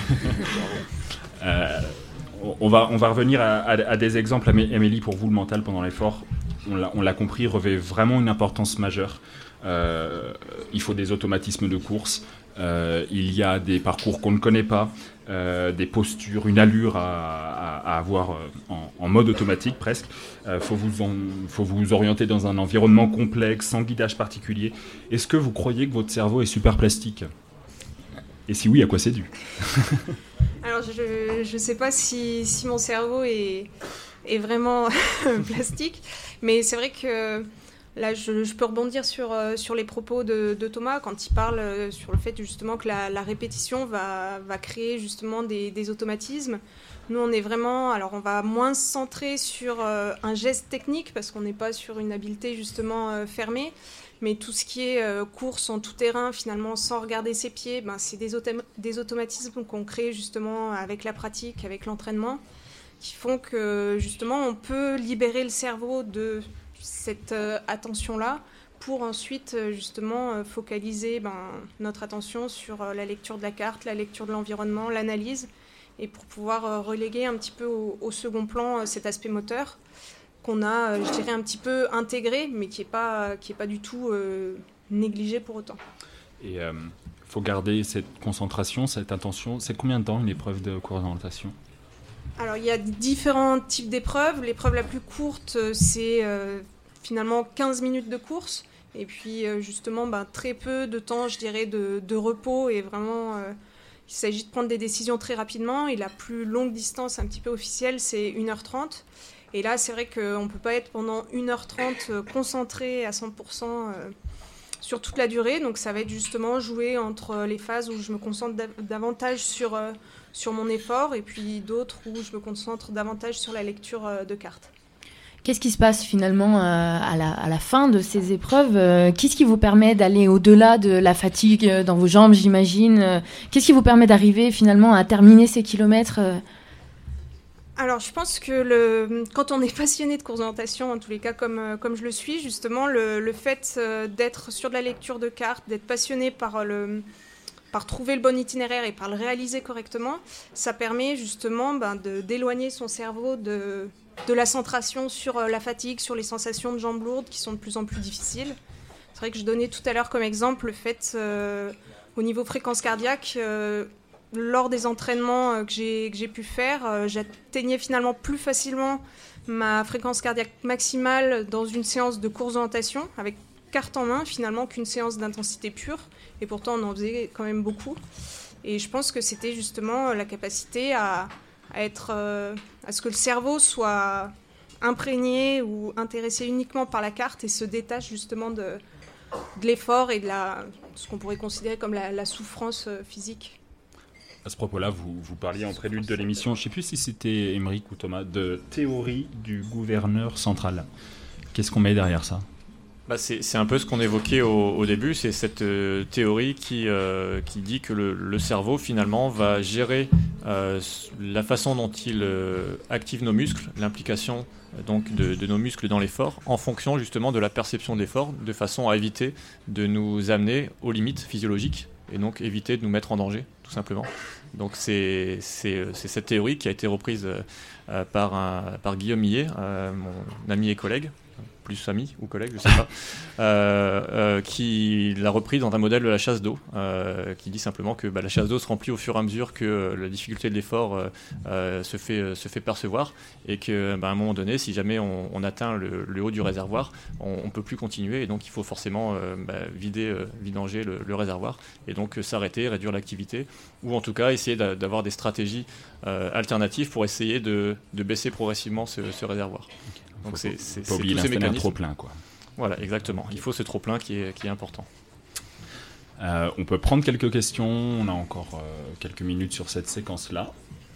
euh, on, va, on va revenir à, à, à des exemples. Amélie, pour vous, le mental pendant l'effort, on l'a, on l'a compris, revêt vraiment une importance majeure. Euh, il faut des automatismes de course. Euh, il y a des parcours qu'on ne connaît pas, euh, des postures, une allure à, à, à avoir en, en mode automatique presque. Il euh, faut, faut vous orienter dans un environnement complexe, sans guidage particulier. Est-ce que vous croyez que votre cerveau est super plastique ? Et si oui, à quoi c'est dû ? Alors, je ne sais pas si, si mon cerveau est, est vraiment plastique, mais c'est vrai que... Là, je, je peux rebondir sur, euh, sur les propos de, de Thomas quand il parle euh, sur le fait justement que la, la répétition va, va créer justement des, des automatismes. Nous, on est vraiment... Alors, on va moins se centrer sur euh, un geste technique parce qu'on n'est pas sur une habileté justement euh, fermée. Mais tout ce qui est euh, course en tout terrain, finalement, sans regarder ses pieds, ben, c'est des, autom- des automatismes qu'on crée justement avec la pratique, avec l'entraînement, qui font que justement, on peut libérer le cerveau de... cette euh, attention-là pour ensuite euh, justement euh, focaliser ben, notre attention sur euh, la lecture de la carte, la lecture de l'environnement, l'analyse, et pour pouvoir euh, reléguer un petit peu au, au second plan euh, cet aspect moteur qu'on a, euh, je dirais, un petit peu intégré, mais qui n'est pas, qui est pas du tout euh, négligé pour autant. Et il euh, faut garder cette concentration, cette attention. C'est combien de temps une épreuve de course d'orientation ? Alors, il y a différents types d'épreuves. L'épreuve la plus courte, c'est euh, finalement quinze minutes de course. Et puis, euh, justement, ben, très peu de temps, je dirais, de, de repos. Et vraiment, euh, il s'agit de prendre des décisions très rapidement. Et la plus longue distance, un petit peu officielle, c'est une heure trente. Et là, c'est vrai qu'on ne peut pas être pendant une heure trente euh, concentré à cent pour cent euh, sur toute la durée. Donc, ça va être justement jouer entre les phases où je me concentre dav- davantage sur... Euh, sur mon effort, et puis d'autres où je me concentre davantage sur la lecture euh, de cartes. Qu'est-ce qui se passe finalement euh, à, la, à la fin de ces épreuves ? euh, Qu'est-ce qui vous permet d'aller au-delà de la fatigue euh, dans vos jambes, j'imagine euh, Qu'est-ce qui vous permet d'arriver finalement à terminer ces kilomètres euh Alors, je pense que le, quand on est passionné de course d'orientation, en tous les cas comme, euh, comme je le suis, justement, le, le fait euh, d'être sur de la lecture de cartes, d'être passionné par le... par trouver le bon itinéraire et par le réaliser correctement, ça permet justement ben, de, d'éloigner son cerveau de, de la centration sur euh, la fatigue, sur les sensations de jambes lourdes qui sont de plus en plus difficiles. C'est vrai que je donnais tout à l'heure comme exemple le fait, euh, au niveau fréquence cardiaque, euh, lors des entraînements euh, que, j'ai, que j'ai pu faire, euh, j'atteignais finalement plus facilement ma fréquence cardiaque maximale dans une séance de course d'orientation, avec carte en main finalement qu'une séance d'intensité pure, et pourtant on en faisait quand même beaucoup. Et je pense que c'était justement la capacité à, à être, euh, à ce que le cerveau soit imprégné ou intéressé uniquement par la carte et se détache justement de, de l'effort et de la, ce qu'on pourrait considérer comme la, la souffrance physique. À ce propos-là, vous, vous parliez en prélude de l'émission, je ne sais plus si c'était Émeric ou Thomas, de théorie du gouverneur central. Qu'est-ce qu'on met derrière ça ? Bah c'est, c'est un peu ce qu'on évoquait au, au début, c'est cette euh, théorie qui, euh, qui dit que le, le cerveau finalement va gérer euh, la façon dont il euh, active nos muscles, l'implication euh, donc de, de nos muscles dans l'effort, en fonction justement de la perception de l'effort, de façon à éviter de nous amener aux limites physiologiques et donc éviter de nous mettre en danger, tout simplement. Donc c'est, c'est, c'est cette théorie qui a été reprise euh, par, un, par Guillaume Millet, euh, mon ami et collègue, plus ami ou collègue, je ne sais pas, euh, euh, qui l'a repris dans un modèle de la chasse d'eau, euh, qui dit simplement que bah, la chasse d'eau se remplit au fur et à mesure que euh, la difficulté de l'effort euh, euh, se, fait, euh, se fait percevoir, et qu'à bah, un moment donné, si jamais on, on atteint le, le haut du réservoir, on ne peut plus continuer, et donc il faut forcément euh, bah, vider, euh, vidanger le, le réservoir, et donc euh, s'arrêter, réduire l'activité, ou en tout cas essayer d'a, d'avoir des stratégies euh, alternatives pour essayer de, de baisser progressivement ce, ce réservoir. Donc faut c'est, c'est, pas oublier c'est tous ces d'installer un mécanismes. trop-plein, quoi. Voilà, exactement. Il faut ce trop-plein qui est, qui est important. Euh, on peut prendre quelques questions. On a encore euh, quelques minutes sur cette séquence-là.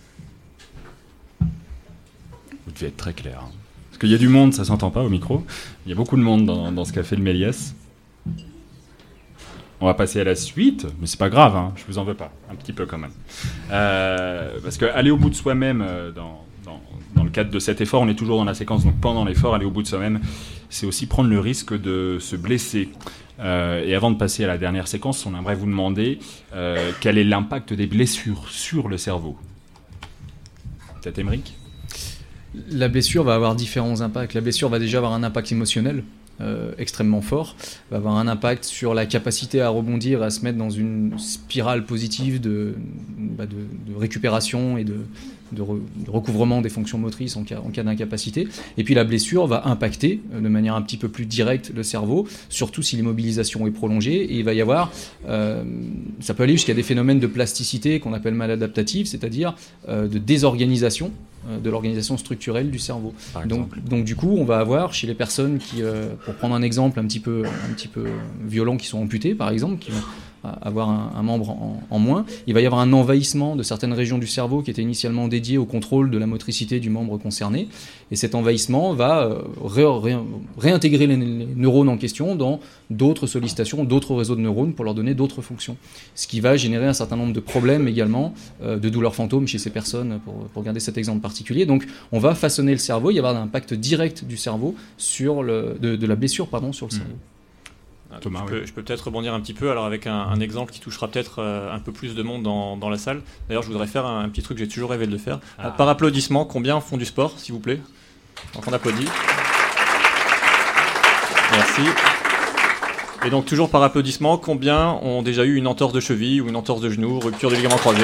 Vous devez être très clair. Hein. Parce qu'il y a du monde, ça s'entend pas au micro. Il y a beaucoup de monde dans, dans ce café de Méliès. On va passer à la suite, mais c'est pas grave, hein, je vous en veux pas, un petit peu quand même. Euh, parce qu'aller au bout de soi-même euh, dans... Dans le cadre de cet effort, on est toujours dans la séquence, donc pendant l'effort, aller au bout de soi-même, c'est aussi prendre le risque de se blesser. Euh, et avant de passer à la dernière séquence, on aimerait vous demander euh, quel est l'impact des blessures sur le cerveau. Peut-être Émeric ? La blessure va avoir différents impacts. La blessure va déjà avoir un impact émotionnel euh, extrêmement fort, va avoir un impact sur la capacité à rebondir, à se mettre dans une spirale positive de, bah de, de récupération et de, de, re, de recouvrement des fonctions motrices en cas, en cas d'incapacité. Et puis la blessure va impacter euh, de manière un petit peu plus directe le cerveau, surtout si l'immobilisation est prolongée. Et il va y avoir, euh, ça peut aller jusqu'à des phénomènes de plasticité qu'on appelle maladaptative, c'est-à-dire euh, de désorganisation de l'organisation structurelle du cerveau. Donc, donc du coup, on va avoir chez les personnes qui, euh, pour prendre un exemple un petit peu, un petit peu violent, qui sont amputées par exemple, qui vont avoir un, un membre en, en moins, il va y avoir un envahissement de certaines régions du cerveau qui étaient initialement dédiées au contrôle de la motricité du membre concerné, et cet envahissement va euh, ré, ré, réintégrer les, les neurones en question dans d'autres sollicitations, d'autres réseaux de neurones pour leur donner d'autres fonctions, ce qui va générer un certain nombre de problèmes également, euh, de douleurs fantômes chez ces personnes, pour, pour garder cet exemple particulier. Donc on va façonner le cerveau, il va y avoir un impact direct du cerveau sur le, de, de la blessure pardon, sur le mmh. cerveau. Thomas, je, peux, oui. je peux peut-être rebondir un petit peu alors avec un, un exemple qui touchera peut-être euh, un peu plus de monde dans, dans la salle. D'ailleurs, je voudrais faire un, un petit truc que j'ai toujours rêvé de le faire. Ah. Par applaudissement, combien font du sport, s'il vous plaît ? Donc on applaudit. Merci. Et donc toujours par applaudissement, combien ont déjà eu une entorse de cheville ou une entorse de genou, rupture du ligament croisé ?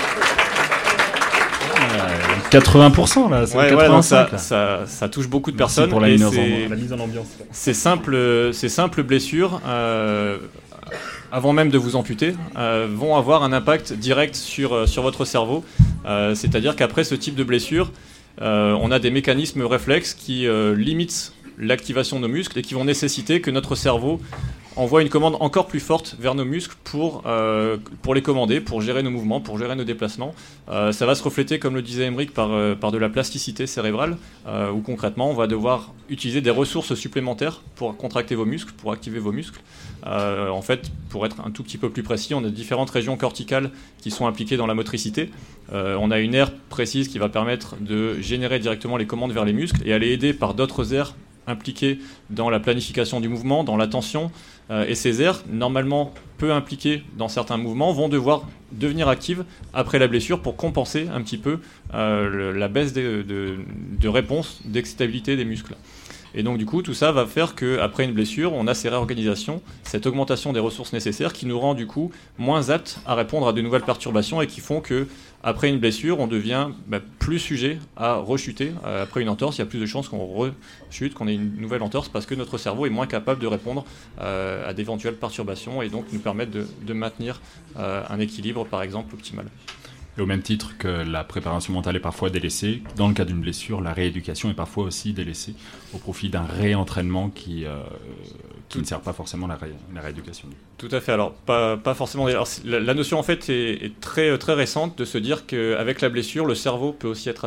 quatre-vingts pour cent là, c'est ouais, quatre-vingt-cinq, ouais, ça, là. Ça, ça touche beaucoup de personnes. Pour la, et mise c'est, en, la mise en ambiance. Ces simples, ces simples blessures, euh, avant même de vous amputer, euh, vont avoir un impact direct sur, sur votre cerveau. Euh, c'est-à-dire qu'après ce type de blessure, euh, on a des mécanismes réflexes qui euh, limitent l'activation de nos muscles et qui vont nécessiter que notre cerveau envoie une commande encore plus forte vers nos muscles pour, euh, pour les commander, pour gérer nos mouvements, pour gérer nos déplacements. Euh, ça va se refléter, comme le disait Émeric, par, euh, par de la plasticité cérébrale, euh, où concrètement on va devoir utiliser des ressources supplémentaires pour contracter vos muscles, pour activer vos muscles. Euh, en fait, pour être un tout petit peu plus précis, on a différentes régions corticales qui sont impliquées dans la motricité. Euh, on a une aire précise qui va permettre de générer directement les commandes vers les muscles, et elle est aidée par d'autres aires impliquées dans la planification du mouvement, dans l'attention, euh, et ces aires, normalement peu impliquées dans certains mouvements, vont devoir devenir actives après la blessure pour compenser un petit peu euh, le, la baisse de, de, de réponse, d'excitabilité des muscles. Et donc du coup, tout ça va faire qu'après une blessure, on a ces réorganisations, cette augmentation des ressources nécessaires qui nous rend du coup moins aptes à répondre à de nouvelles perturbations et qui font que après une blessure, on devient bah, plus sujet à rechuter. Euh, après une entorse, il y a plus de chances qu'on rechute, qu'on ait une nouvelle entorse parce que notre cerveau est moins capable de répondre euh, à d'éventuelles perturbations et donc nous permettre de, de maintenir euh, un équilibre, par exemple, optimal. Et au même titre que la préparation mentale est parfois délaissée, dans le cas d'une blessure, la rééducation est parfois aussi délaissée au profit d'un réentraînement qui, euh, qui ne sert pas forcément la, ré, la rééducation. Tout à fait. Alors, pas, pas forcément. Alors, la, la notion, en fait, est, est très, très récente de se dire qu'avec la blessure, le cerveau peut aussi être atteint.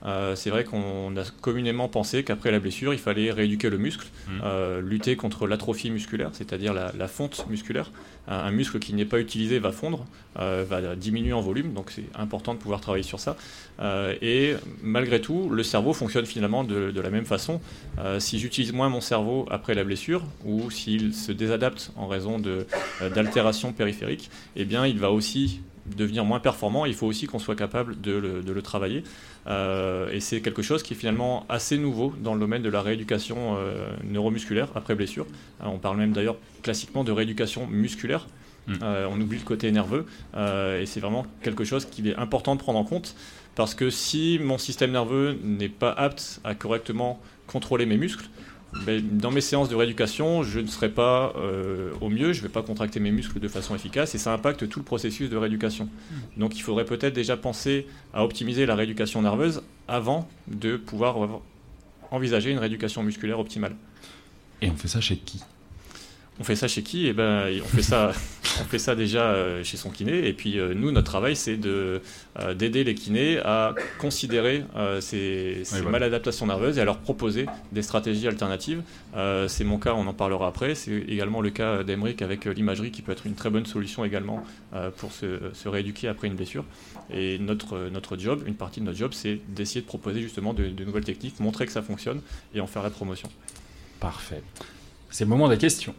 Euh, c'est vrai qu'on a communément pensé qu'après la blessure, il fallait rééduquer le muscle, mmh. euh, lutter contre l'atrophie musculaire, c'est-à-dire la, la fonte musculaire. Un, un muscle qui n'est pas utilisé va fondre, euh, va diminuer en volume, donc c'est important de pouvoir travailler sur ça. Euh, et malgré tout, le cerveau fonctionne finalement de, de la même façon. Euh, si j'utilise moins mon cerveau après la blessure, ou s'il se désadapte en raison de, euh, d'altérations périphériques, eh bien il va aussi devenir moins performant. Il faut aussi qu'on soit capable de le, de le travailler. Euh, et c'est quelque chose qui est finalement assez nouveau dans le domaine de la rééducation euh, neuromusculaire après blessure. Alors, on parle même d'ailleurs classiquement de rééducation musculaire. Mmh. Euh, on oublie le côté nerveux. Euh, et c'est vraiment quelque chose qu'il est important de prendre en compte. Parce que si mon système nerveux n'est pas apte à correctement contrôler mes muscles, ben, dans mes séances de rééducation, je ne serai pas euh, au mieux, je ne vais pas contracter mes muscles de façon efficace et ça impacte tout le processus de rééducation. Mmh. Donc il faudrait peut-être déjà penser à optimiser la rééducation nerveuse avant de pouvoir envisager une rééducation musculaire optimale. Et on fait ça chez qui ? On fait ça chez qui ? Eh ben, on fait ça, on fait ça déjà euh, chez son kiné. Et puis euh, nous, notre travail, c'est de, euh, d'aider les kinés à considérer euh, ces, ces oui, voilà. maladaptations nerveuses et à leur proposer des stratégies alternatives. Euh, c'est mon cas, on en parlera après. C'est également le cas d'Emeric avec euh, l'imagerie qui peut être une très bonne solution également euh, pour se, se rééduquer après une blessure. Et notre, notre job, une partie de notre job, c'est d'essayer de proposer justement de, de nouvelles techniques, montrer que ça fonctionne et en faire la promotion. Parfait. C'est le moment des questions.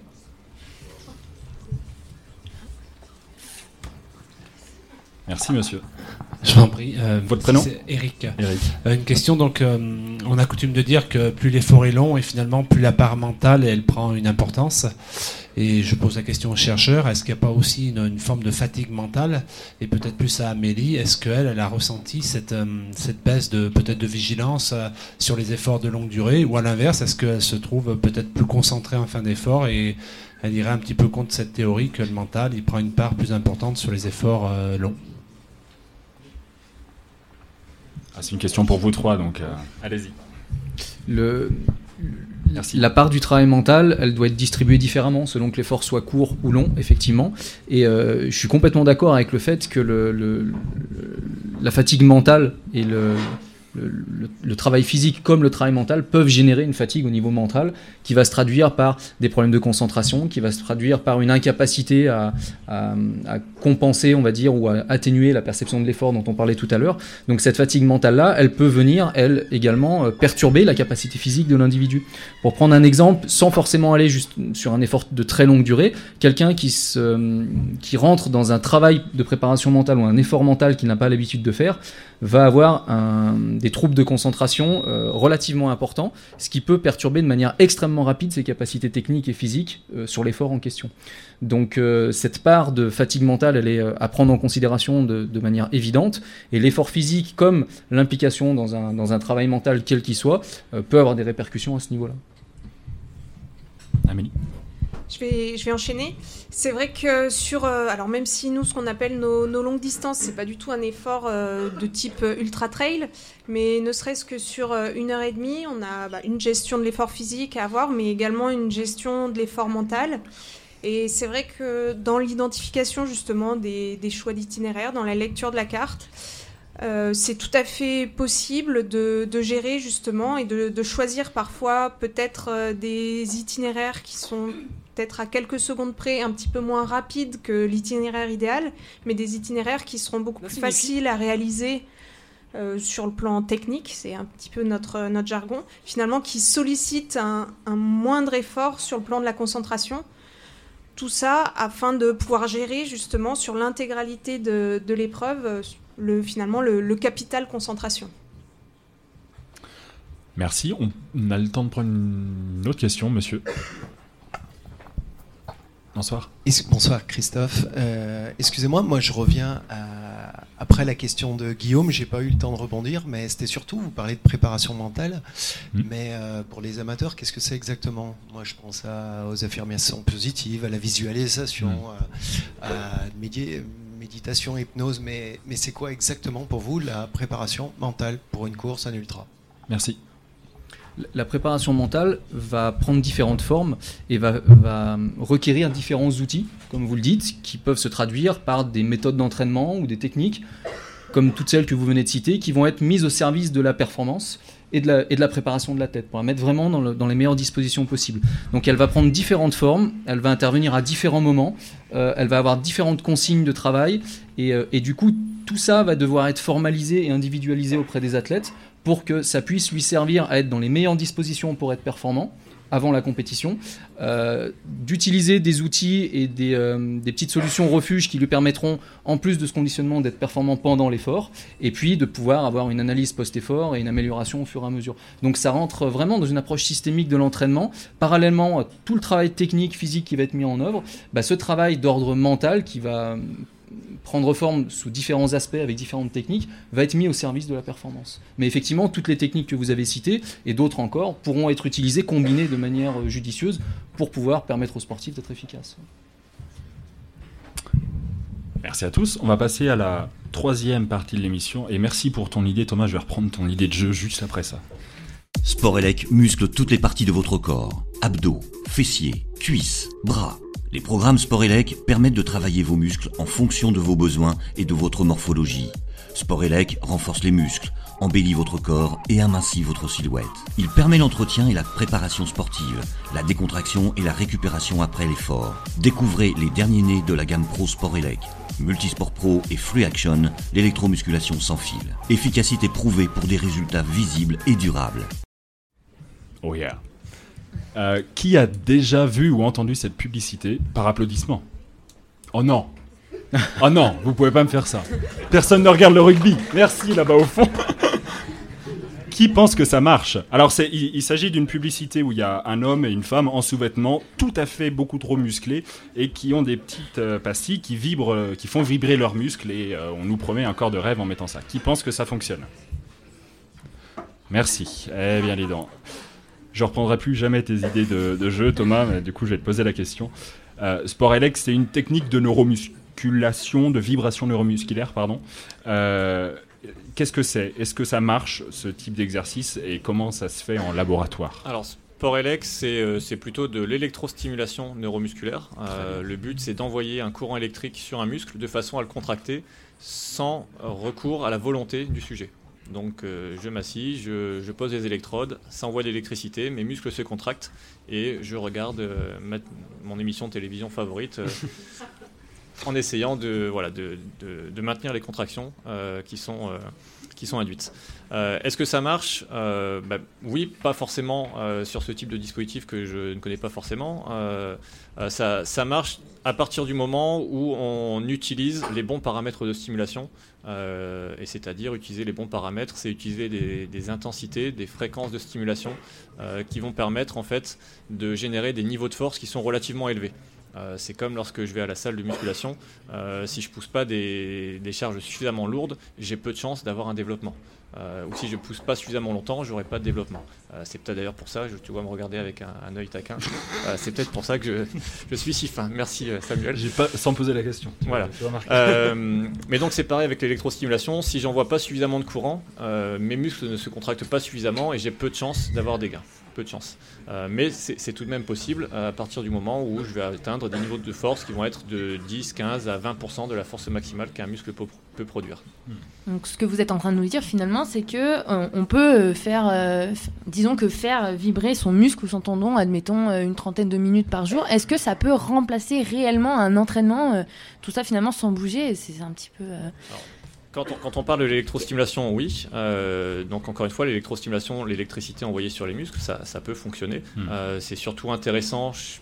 Merci monsieur. Je m'en prie. Euh, Votre prénom ? C'est Eric. Eric. Euh, une question, donc euh, on a coutume de dire que plus l'effort est long et finalement plus la part mentale elle prend une importance. Et je pose la question aux chercheurs, est-ce qu'il n'y a pas aussi une, une forme de fatigue mentale ? Et peut-être plus à Amélie, est-ce qu'elle elle a ressenti cette, euh, cette baisse de peut-être de vigilance euh, sur les efforts de longue durée ? Ou à l'inverse, est-ce qu'elle se trouve peut-être plus concentrée en fin d'effort et elle irait un petit peu contre cette théorie que le mental il prend une part plus importante sur les efforts euh, longs ? Ah, c'est une question pour vous trois, donc euh, allez-y. Le, Merci. La part du travail mental, elle doit être distribuée différemment selon que l'effort soit court ou long, effectivement. Et euh, je suis complètement d'accord avec le fait que le, le, le, la fatigue mentale et le, le, le, le travail physique comme le travail mental peuvent générer une fatigue au niveau mental qui va se traduire par des problèmes de concentration, qui va se traduire par une incapacité à, à, à compenser, on va dire, ou à atténuer la perception de l'effort dont on parlait tout à l'heure. Donc cette fatigue mentale-là, elle peut venir, elle, également, euh, perturber la capacité physique de l'individu. Pour prendre un exemple, sans forcément aller juste sur un effort de très longue durée, quelqu'un qui, se, qui rentre dans un travail de préparation mentale ou un effort mental qu'il n'a pas l'habitude de faire, va avoir un, des troubles de concentration euh, relativement importants, ce qui peut perturber de manière extrêmement rapide ses capacités techniques et physiques euh, sur l'effort en question. Donc euh, cette part de fatigue mentale, elle est euh, à prendre en considération de, de manière évidente, et l'effort physique comme l'implication dans un, dans un travail mental quel qu'il soit euh, peut avoir des répercussions à ce niveau-là. Amélie ? Je vais, je vais enchaîner. C'est vrai que sur, euh, alors même si nous, ce qu'on appelle nos, nos longues distances, c'est pas du tout un effort euh, de type ultra trail, mais ne serait-ce que sur euh, une heure et demie, on a bah, une gestion de l'effort physique à avoir, mais également une gestion de l'effort mental. Et c'est vrai que dans l'identification justement des, des choix d'itinéraire, dans la lecture de la carte, euh, c'est tout à fait possible de, de gérer justement et de, de choisir parfois peut-être euh, des itinéraires qui sont peut-être à quelques secondes près un petit peu moins rapides que l'itinéraire idéal, mais des itinéraires qui seront beaucoup plus faciles à réaliser euh, sur le plan technique, c'est un petit peu notre, notre jargon, finalement qui sollicitent un, un moindre effort sur le plan de la concentration. Tout ça afin de pouvoir gérer justement sur l'intégralité de, de l'épreuve le, finalement le, le capital concentration. Merci. On a le temps de prendre une autre question, monsieur. Bonsoir. Bonsoir Christophe. Euh, excusez-moi, moi je reviens à, après la question de Guillaume, j'ai pas eu le temps de rebondir, mais c'était surtout, vous parlez de préparation mentale, mmh. mais euh, pour les amateurs, qu'est-ce que c'est exactement ? Moi je pense à, aux affirmations positives, à la visualisation, mmh. à, à médi- méditation, hypnose, mais, mais c'est quoi exactement pour vous la préparation mentale pour une course, un ultra ? Merci. La préparation mentale va prendre différentes formes et va, va requérir différents outils, comme vous le dites, qui peuvent se traduire par des méthodes d'entraînement ou des techniques comme toutes celles que vous venez de citer, qui vont être mises au service de la performance et de la, et de la préparation de l'athlète, pour la mettre vraiment dans, le, dans les meilleures dispositions possibles. Donc elle va prendre différentes formes, elle va intervenir à différents moments, euh, elle va avoir différentes consignes de travail, et, euh, et du coup, tout ça va devoir être formalisé et individualisé auprès des athlètes pour que ça puisse lui servir à être dans les meilleures dispositions pour être performant avant la compétition, euh, d'utiliser des outils et des, euh, des petites solutions refuges qui lui permettront, en plus de ce conditionnement, d'être performant pendant l'effort, et puis de pouvoir avoir une analyse post-effort et une amélioration au fur et à mesure. Donc ça rentre vraiment dans une approche systémique de l'entraînement. Parallèlement à tout le travail technique, physique qui va être mis en œuvre, bah, ce travail d'ordre mental qui va prendre forme sous différents aspects avec différentes techniques, va être mis au service de la performance. Mais effectivement, toutes les techniques que vous avez citées, et d'autres encore, pourront être utilisées, combinées de manière judicieuse pour pouvoir permettre aux sportifs d'être efficaces. Merci à tous. On va passer à la troisième partie de l'émission. Et merci pour ton idée, Thomas. Je vais reprendre ton idée de jeu juste après ça. Sporelec muscle toutes les parties de votre corps. Abdos, fessiers, cuisses, bras. Les programmes Sporelec permettent de travailler vos muscles en fonction de vos besoins et de votre morphologie. Sporelec renforce les muscles, embellit votre corps et amincit votre silhouette. Il permet l'entretien et la préparation sportive, la décontraction et la récupération après l'effort. Découvrez les derniers nés de la gamme Pro Sporelec. Multisport Pro et Free Action, l'électromusculation sans fil. Efficacité prouvée pour des résultats visibles et durables. Oh yeah. Euh, qui a déjà vu ou entendu cette publicité par applaudissement ? Oh non. Oh non, vous pouvez pas me faire ça. Personne ne regarde le rugby. Merci là-bas au fond. Qui pense que ça marche ? Alors c'est, il, il s'agit d'une publicité où il y a un homme et une femme en sous-vêtements, tout à fait beaucoup trop musclés, et qui ont des petites euh, pastilles qui vibrent, euh, qui font vibrer leurs muscles, et euh, on nous promet un corps de rêve en mettant ça. Qui pense que ça fonctionne ? Merci. Eh bien les dents. Je ne reprendrai plus jamais tes idées de, de jeu, Thomas, mais du coup, je vais te poser la question. Euh, Sporelec, c'est une technique de neuromusculation, de vibration neuromusculaire, pardon. Euh, qu'est-ce que c'est ? Est-ce que ça marche, ce type d'exercice, et comment ça se fait en laboratoire ? Alors, Sporelec, c'est, euh, c'est plutôt de l'électrostimulation neuromusculaire. Euh, le but, c'est d'envoyer un courant électrique sur un muscle de façon à le contracter sans recours à la volonté du sujet. Donc euh, je m'assis, je, je pose les électrodes, ça envoie de l'électricité, mes muscles se contractent et je regarde euh, ma, mon émission de télévision favorite euh, en essayant de, voilà, de, de, de maintenir les contractions euh, qui, sont, euh, qui sont induites. Euh, est-ce que ça marche ? euh, bah, Oui, pas forcément euh, sur ce type de dispositif que je ne connais pas forcément. Euh, euh, ça, ça marche à partir du moment où on utilise les bons paramètres de stimulation. Euh, et c'est-à-dire utiliser les bons paramètres, c'est utiliser des, des intensités, des fréquences de stimulation euh, qui vont permettre en fait de générer des niveaux de force qui sont relativement élevés. Euh, c'est comme lorsque je vais à la salle de musculation, euh, si je pousse pas des, des charges suffisamment lourdes, j'ai peu de chances d'avoir un développement. Euh, ou si je pousse pas suffisamment longtemps, j'aurai pas de développement. Euh, c'est peut-être d'ailleurs pour ça, je, tu vois me regarder avec un, un œil taquin. Euh, c'est peut-être pour ça que je, je suis si fin. Merci Samuel. J'ai pas, sans poser la question. Voilà. Euh, mais donc c'est pareil avec l'électrostimulation. Si j'envoie pas suffisamment de courant, euh, mes muscles ne se contractent pas suffisamment et j'ai peu de chances d'avoir des gains. Peu de chance. Euh, mais c'est, c'est tout de même possible à partir du moment où je vais atteindre des niveaux de force qui vont être de dix, quinze à vingt pour cent de la force maximale qu'un muscle peut, peut produire. Donc ce que vous êtes en train de nous dire finalement, c'est que euh, on peut faire, euh, f- disons que faire vibrer son muscle ou son tendon, admettons euh, une trentaine de minutes par jour. Est-ce que ça peut remplacer réellement un entraînement, euh, tout ça finalement sans bouger ? C'est un petit peu. Euh... Alors, Quand on, quand on parle de l'électrostimulation, oui. Euh, donc encore une fois, l'électrostimulation, l'électricité envoyée sur les muscles, ça, ça peut fonctionner. Mmh. Euh, c'est surtout intéressant ch-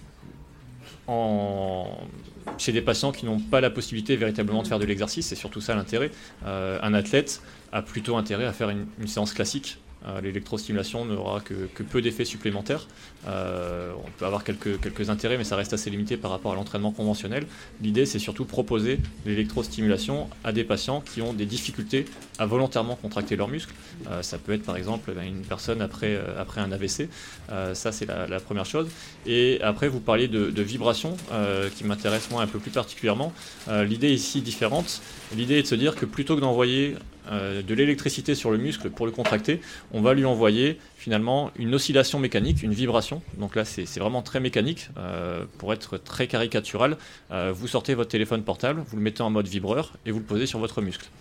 en, chez des patients qui n'ont pas la possibilité véritablement de faire de l'exercice. C'est surtout ça l'intérêt. Euh, un athlète a plutôt intérêt à faire une, une séance classique. Euh, l'électrostimulation n'aura que, que peu d'effets supplémentaires. Euh, on peut avoir quelques, quelques intérêts, mais ça reste assez limité par rapport à l'entraînement conventionnel. L'idée, c'est surtout proposer l'électrostimulation à des patients qui ont des difficultés à volontairement contracter leurs muscles. Euh, ça peut être par exemple une personne après, euh, après un A V C. Euh, ça, c'est la, la première chose. Et après, vous parliez de, de vibration, euh, qui m'intéresse moi un peu plus particulièrement. Euh, l'idée ici est différente. L'idée est de se dire que plutôt que d'envoyer euh, de l'électricité sur le muscle pour le contracter, on va lui envoyer finalement une oscillation mécanique, une vibration. Donc là, c'est, c'est vraiment très mécanique. Euh, pour être très caricatural, euh, vous sortez votre téléphone portable, vous le mettez en mode vibreur et vous le posez sur votre muscle.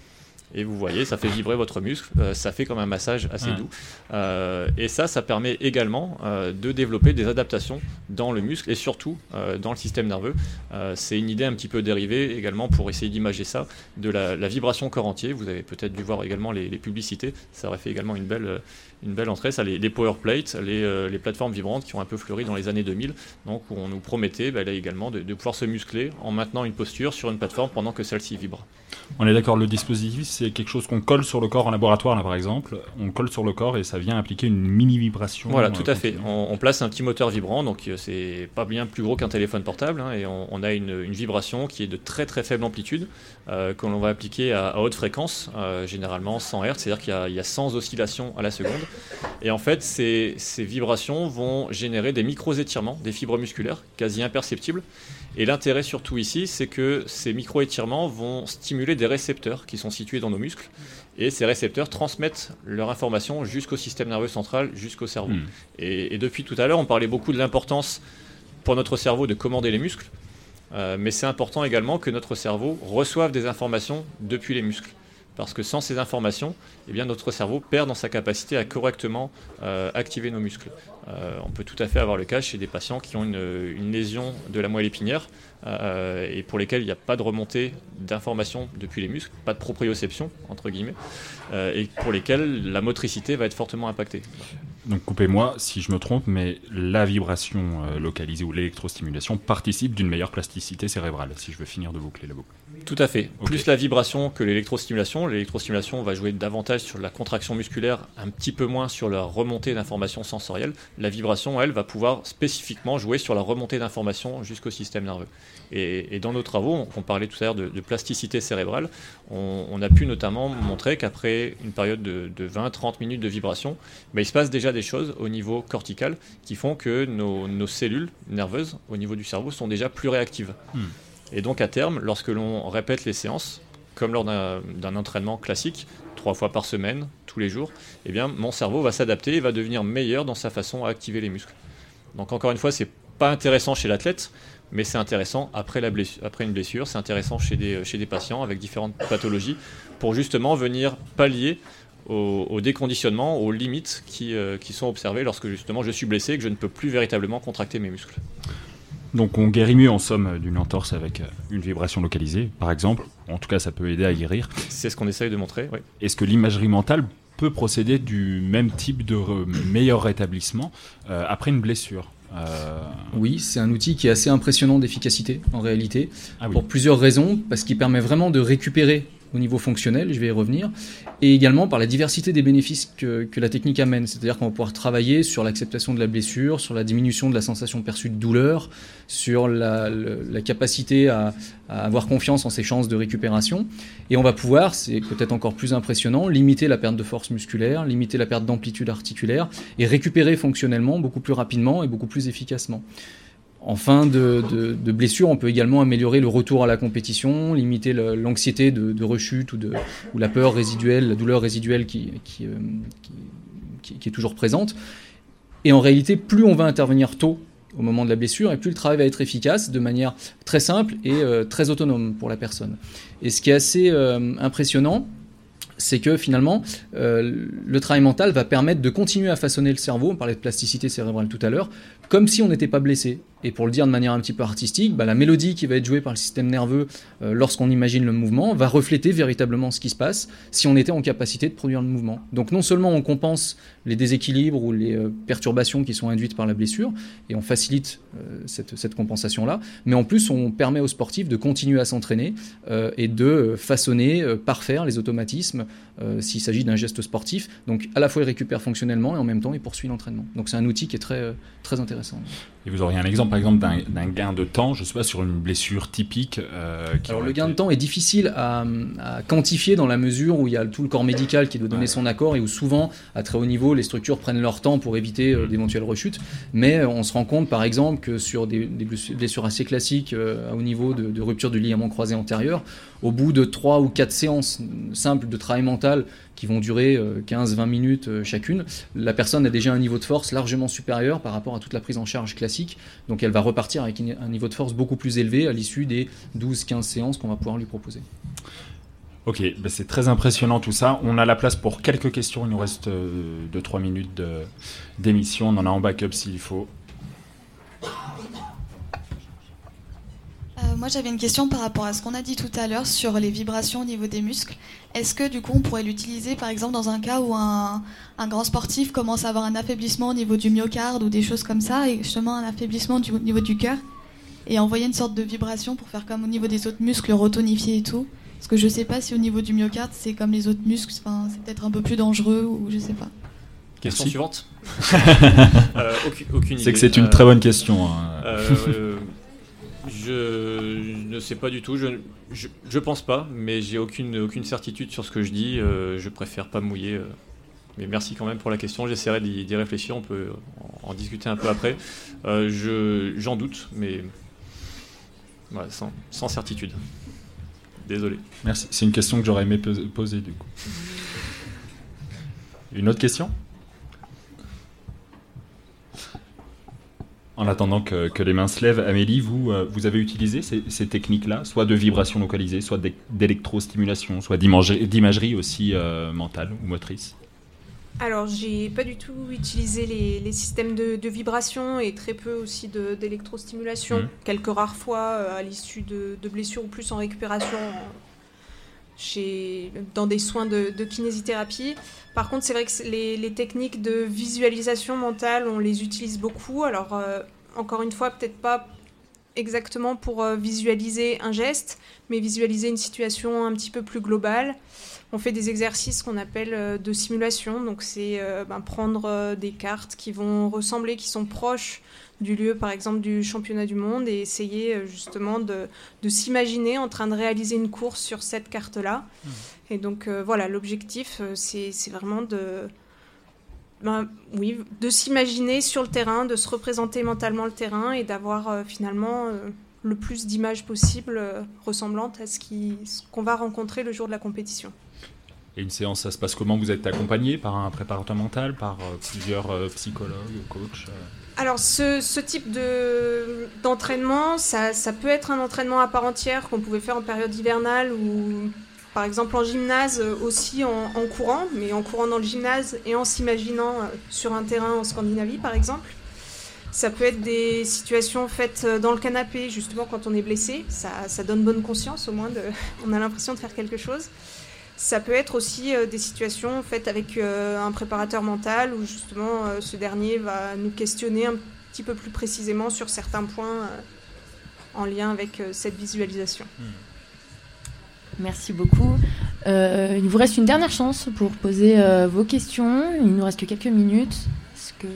et vous voyez, ça fait vibrer votre muscle, euh, ça fait comme un massage assez Ouais. doux. Euh, et ça, ça permet également euh, de développer des adaptations dans le muscle et surtout euh, dans le système nerveux. Euh, c'est une idée un petit peu dérivée également pour essayer d'imager ça, de la, la vibration corps entier. Vous avez peut-être dû voir également les, les publicités, ça aurait fait également une belle, une belle entrée, ça, les, les power plates, les, euh, les plateformes vibrantes qui ont un peu fleuri dans les années deux mille, donc où on nous promettait bah, là également de, de pouvoir se muscler en maintenant une posture sur une plateforme pendant que celle-ci vibre. On est d'accord, le dispositif, c'est quelque chose qu'on colle sur le corps en laboratoire, là par exemple. On colle sur le corps et ça vient appliquer une mini-vibration. Voilà, tout euh, à fait. On, on place un petit moteur vibrant, donc euh, c'est pas bien plus gros qu'un téléphone portable, hein, et on, on a une, une vibration qui est de très très faible amplitude, euh, que l'on va appliquer à, à haute fréquence, euh, généralement cent hertz, c'est-à-dire qu'il y a, il y a cent oscillations à la seconde. Et en fait, ces, ces vibrations vont générer des micro-étirements, des fibres musculaires quasi imperceptibles. Et l'intérêt surtout ici, c'est que ces micro-étirements vont stimuler des récepteurs qui sont situés dans nos muscles. Et ces récepteurs transmettent leur information jusqu'au système nerveux central, jusqu'au cerveau. Mmh. Et, et depuis tout à l'heure, on parlait beaucoup de l'importance pour notre cerveau de commander les muscles. Euh, mais c'est important également que notre cerveau reçoive des informations depuis les muscles. Parce que sans ces informations, eh bien, notre cerveau perd dans sa capacité à correctement euh, activer nos muscles. Euh, on peut tout à fait avoir le cas chez des patients qui ont une, une lésion de la moelle épinière euh, et pour lesquels il n'y a pas de remontée d'informations depuis les muscles, pas de proprioception, entre guillemets, euh, et pour lesquels la motricité va être fortement impactée. Donc coupez-moi si je me trompe, mais la vibration euh, localisée ou l'électrostimulation participe d'une meilleure plasticité cérébrale, si je veux finir de boucler la boucle. Tout à fait. Okay. Plus la vibration que l'électrostimulation. L'électrostimulation va jouer davantage sur la contraction musculaire, un petit peu moins sur la remontée d'informations sensorielles. La vibration, elle, va pouvoir spécifiquement jouer sur la remontée d'informations jusqu'au système nerveux. Et, et dans nos travaux, on parlait tout à l'heure de, de plasticité cérébrale, on, on a pu notamment montrer qu'après une période de, de vingt à trente minutes de vibration, bah, il se passe déjà des choses au niveau cortical qui font que nos, nos cellules nerveuses au niveau du cerveau sont déjà plus réactives. Hmm. Et donc à terme, lorsque l'on répète les séances, comme lors d'un, d'un entraînement classique, trois fois par semaine, tous les jours, eh bien, mon cerveau va s'adapter et va devenir meilleur dans sa façon à activer les muscles. Donc encore une fois, c'est pas intéressant chez l'athlète, mais c'est intéressant après, la blessure, après une blessure, c'est intéressant chez des, chez des patients avec différentes pathologies, pour justement venir pallier au, au déconditionnement, aux limites qui, euh, qui sont observées lorsque justement je suis blessé et que je ne peux plus véritablement contracter mes muscles. Donc on guérit mieux en somme d'une entorse avec une vibration localisée, par exemple. En tout cas, ça peut aider à guérir. C'est ce qu'on essaye de montrer, oui. Est-ce que l'imagerie mentale peut procéder du même type de re- meilleur rétablissement euh, après une blessure ? Euh... Oui, c'est un outil qui est assez impressionnant d'efficacité en réalité, ah oui. pour plusieurs raisons, parce qu'il permet vraiment de récupérer au niveau fonctionnel, je vais y revenir, et également par la diversité des bénéfices que, que la technique amène, c'est-à-dire qu'on va pouvoir travailler sur l'acceptation de la blessure, sur la diminution de la sensation perçue de douleur, sur la, la, la capacité à, à avoir confiance en ses chances de récupération, et on va pouvoir, c'est peut-être encore plus impressionnant, limiter la perte de force musculaire, limiter la perte d'amplitude articulaire, et récupérer fonctionnellement beaucoup plus rapidement et beaucoup plus efficacement. En fin de, de, de blessure, on peut également améliorer le retour à la compétition, limiter le, l'anxiété de, de rechute ou, de, ou la peur résiduelle, la douleur résiduelle qui, qui, euh, qui, qui, qui est toujours présente. Et en réalité, plus on va intervenir tôt au moment de la blessure, et plus le travail va être efficace de manière très simple et euh, très autonome pour la personne. Et ce qui est assez euh, impressionnant, c'est que finalement, euh, le travail mental va permettre de continuer à façonner le cerveau, on parlait de plasticité cérébrale tout à l'heure, comme si on n'était pas blessé. Et pour le dire de manière un petit peu artistique, bah, la mélodie qui va être jouée par le système nerveux euh, lorsqu'on imagine le mouvement va refléter véritablement ce qui se passe si on était en capacité de produire le mouvement. Donc non seulement on compense les déséquilibres ou les euh, perturbations qui sont induites par la blessure, et on facilite euh, cette, cette compensation-là, mais en plus on permet aux sportifs de continuer à s'entraîner euh, et de façonner, euh, parfaire les automatismes euh, s'il s'agit d'un geste sportif. Donc à la fois il récupère fonctionnellement et en même temps il poursuit l'entraînement. Donc c'est un outil qui est très, euh, très intéressant. Et vous auriez un exemple par exemple d'un, d'un gain de temps, je ne sais pas, sur une blessure typique euh, qui Alors le gain été... de temps est difficile à, à quantifier dans la mesure où il y a tout le corps médical qui doit donner ouais. son accord et où souvent à très haut niveau les structures prennent leur temps pour éviter euh, d'éventuelles rechutes, mais euh, on se rend compte par exemple que sur des, des blessures assez classiques euh, à haut niveau de, de rupture du ligament croisé antérieur, au bout de trois ou quatre séances simples de travail mental qui vont durer quinze à vingt minutes chacune, la personne a déjà un niveau de force largement supérieur par rapport à toute la prise en charge classique, donc elle va repartir avec un niveau de force beaucoup plus élevé à l'issue des douze à quinze séances qu'on va pouvoir lui proposer. Ok, bah c'est très impressionnant tout ça. On a la place pour quelques questions. Il nous reste deux à trois minutes de, d'émission. On en a en backup s'il faut. Euh, moi, j'avais une question par rapport à ce qu'on a dit tout à l'heure sur les vibrations au niveau des muscles. Est-ce que, du coup, on pourrait l'utiliser, par exemple, dans un cas où un, un grand sportif commence à avoir un affaiblissement au niveau du myocarde ou des choses comme ça, et justement un affaiblissement du, au niveau du cœur, et envoyer une sorte de vibration pour faire comme au niveau des autres muscles, retonifier et tout? Parce que je sais pas si au niveau du myocarde, c'est comme les autres muscles, enfin, c'est peut-être un peu plus dangereux, ou je sais pas. Question Merci. suivante. euh, aucune, aucune idée. C'est que c'est une euh, très bonne question. Hein. Euh, euh, je ne sais pas du tout. Je, je, je pense pas, mais j'ai aucune, aucune certitude sur ce que je dis. Euh, je préfère pas me mouiller. Euh, mais merci quand même pour la question. J'essaierai d'y, d'y réfléchir. On peut en, en discuter un peu après. Euh, je, j'en doute, mais voilà, sans, sans certitude. Désolé. Merci. C'est une question que j'aurais aimé poser du coup. Une autre question ? En attendant que, que les mains se lèvent, Amélie, vous, euh, vous avez utilisé ces, ces techniques-là, soit de vibration localisée, soit d'électrostimulation, soit d'imagerie, d'imagerie aussi euh, mentale ou motrice ? Alors, j'ai pas du tout utilisé les, les systèmes de, de vibration et très peu aussi de, d'électrostimulation. Mmh. Quelques rares fois euh, à l'issue de, de blessures ou plus en récupération chez, dans des soins de, de kinésithérapie. Par contre, c'est vrai que les, les techniques de visualisation mentale, on les utilise beaucoup. Alors, euh, encore une fois, peut-être pas exactement pour euh, visualiser un geste, mais visualiser une situation un petit peu plus globale. On fait des exercices qu'on appelle euh, de simulation. Donc, c'est euh, ben, prendre euh, des cartes qui vont ressembler, qui sont proches du lieu, par exemple, du championnat du monde et essayer euh, justement de, de s'imaginer en train de réaliser une course sur cette carte-là. Mmh. Et donc, euh, voilà, l'objectif, euh, c'est, c'est vraiment de, ben, oui, de s'imaginer sur le terrain, de se représenter mentalement le terrain et d'avoir euh, finalement euh, le plus d'images possibles euh, ressemblantes à ce, qui, ce qu'on va rencontrer le jour de la compétition. Et une séance, ça se passe comment ? Vous êtes accompagné par un préparateur mental, par euh, plusieurs euh, psychologues ou coachs euh... Alors, ce, ce type de, d'entraînement, ça, ça peut être un entraînement à part entière qu'on pouvait faire en période hivernale ou, par exemple, en gymnase aussi en, en courant, mais en courant dans le gymnase et en s'imaginant sur un terrain en Scandinavie, par exemple. Ça peut être des situations faites dans le canapé, justement, quand on est blessé. Ça, ça donne bonne conscience, au moins, de, on a l'impression de faire quelque chose. Ça peut être aussi euh, des situations faites avec euh, un préparateur mental où justement euh, ce dernier va nous questionner un petit peu plus précisément sur certains points euh, en lien avec euh, cette visualisation. Merci beaucoup. Euh, il vous reste une dernière chance pour poser euh, vos questions. Il nous reste que quelques minutes. Est-ce que...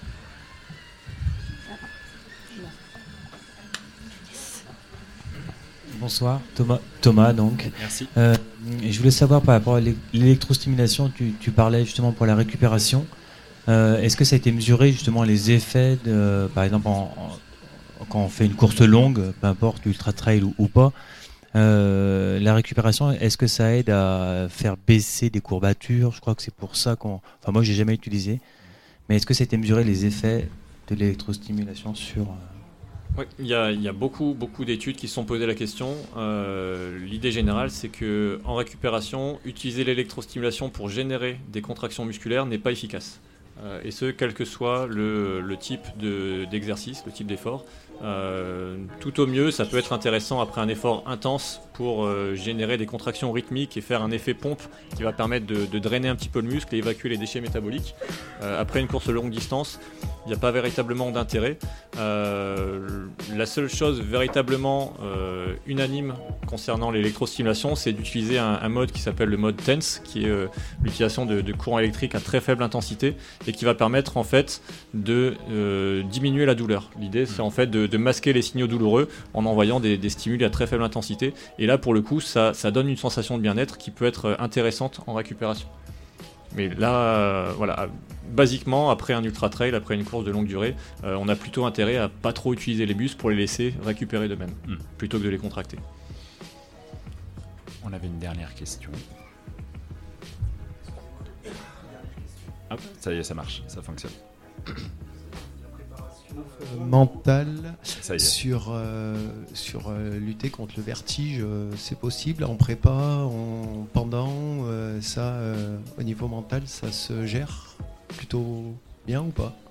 Bonsoir, Thomas, Thomas donc. Merci. Euh, je voulais savoir par rapport à l'électrostimulation, tu, tu parlais justement pour la récupération. Euh, est-ce que ça a été mesuré justement les effets, de, par exemple en, en, quand on fait une course longue, peu importe ultra trail ou, ou pas, euh, la récupération, est-ce que ça aide à faire baisser des courbatures ? Je crois que c'est pour ça qu'on. Enfin moi j'ai jamais utilisé, mais est-ce que ça a été mesuré les effets de l'électrostimulation sur Oui, il y a, il y a beaucoup, beaucoup d'études qui se sont posées la question. Euh, l'idée générale, c'est qu'en récupération, utiliser l'électrostimulation pour générer des contractions musculaires n'est pas efficace. Euh, et ce, quel que soit le, le type de, d'exercice, le type d'effort. Euh, tout au mieux, ça peut être intéressant après un effort intense pour euh, générer des contractions rythmiques et faire un effet pompe qui va permettre de, de drainer un petit peu le muscle et évacuer les déchets métaboliques. Euh, après une course longue distance, il n'y a pas véritablement d'intérêt. Euh, la seule chose véritablement euh, unanime concernant l'électrostimulation, c'est d'utiliser un, un mode qui s'appelle le mode TENS, qui est euh, l'utilisation de, de courants électriques à très faible intensité et qui va permettre en fait de euh, diminuer la douleur. L'idée, c'est en fait de, de masquer les signaux douloureux en envoyant des, des stimuli à très faible intensité. Et là, pour le coup, ça, ça donne une sensation de bien-être qui peut être intéressante en récupération. Mais là, euh, voilà, basiquement, après un ultra-trail, après une course de longue durée, euh, on a plutôt intérêt à pas trop utiliser les muscles pour les laisser récupérer d'eux-mêmes, mmh. plutôt que de les contracter. On avait une dernière question. Hop, ça y est, ça marche, ça fonctionne. La préparation mental sur, euh, sur euh, lutter contre le vertige, euh, c'est possible en prépa, en, pendant, euh, ça, euh, au niveau mental, ça se gère plutôt bien ou pas?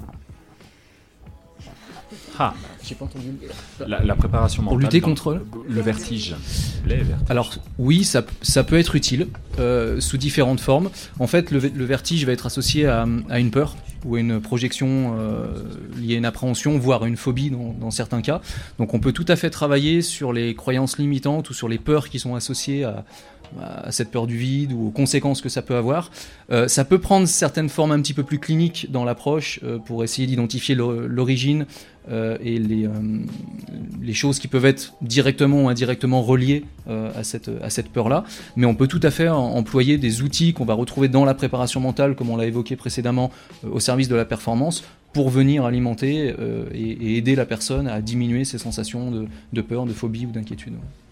Ah, j'ai pas entendu. La, la préparation mentale. Pour lutter contre le, le vertige. Les vertiges. Alors oui, ça, ça peut être utile euh, sous différentes formes. En fait, le, le vertige va être associé à, à une peur ou à une projection euh, liée à une appréhension, voire à une phobie dans, dans certains cas. Donc on peut tout à fait travailler sur les croyances limitantes ou sur les peurs qui sont associées à, à cette peur du vide ou aux conséquences que ça peut avoir. Euh, ça peut prendre certaines formes un petit peu plus cliniques dans l'approche euh, pour essayer d'identifier l'origine euh, et les, euh, les choses qui peuvent être directement ou indirectement reliées euh, à cette, à cette peur-là. Mais on peut tout à fait employer des outils qu'on va retrouver dans la préparation mentale, comme on l'a évoqué précédemment, euh, au service de la performance, pour venir alimenter euh, et, et aider la personne à diminuer ses sensations de, de peur, de phobie ou d'inquiétude.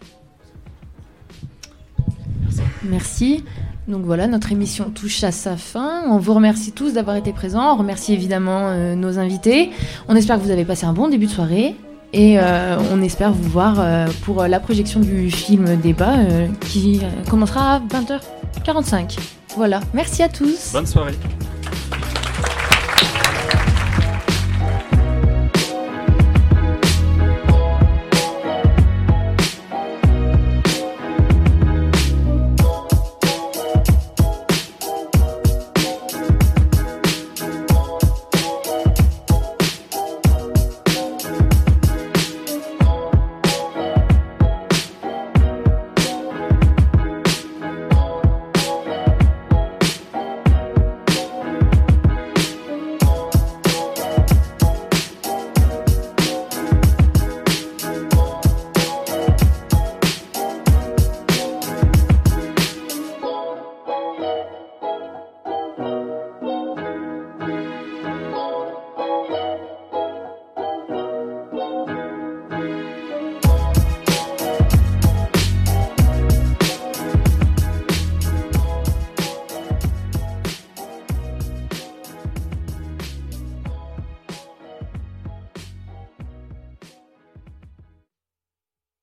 Merci. Donc voilà, notre émission touche à sa fin. On vous remercie tous d'avoir été présents. On remercie évidemment euh, nos invités. On espère que vous avez passé un bon début de soirée. Et euh, on espère vous voir euh, pour la projection du film Débat euh, qui euh, commencera à vingt heures quarante-cinq. Voilà, merci à tous. Bonne soirée.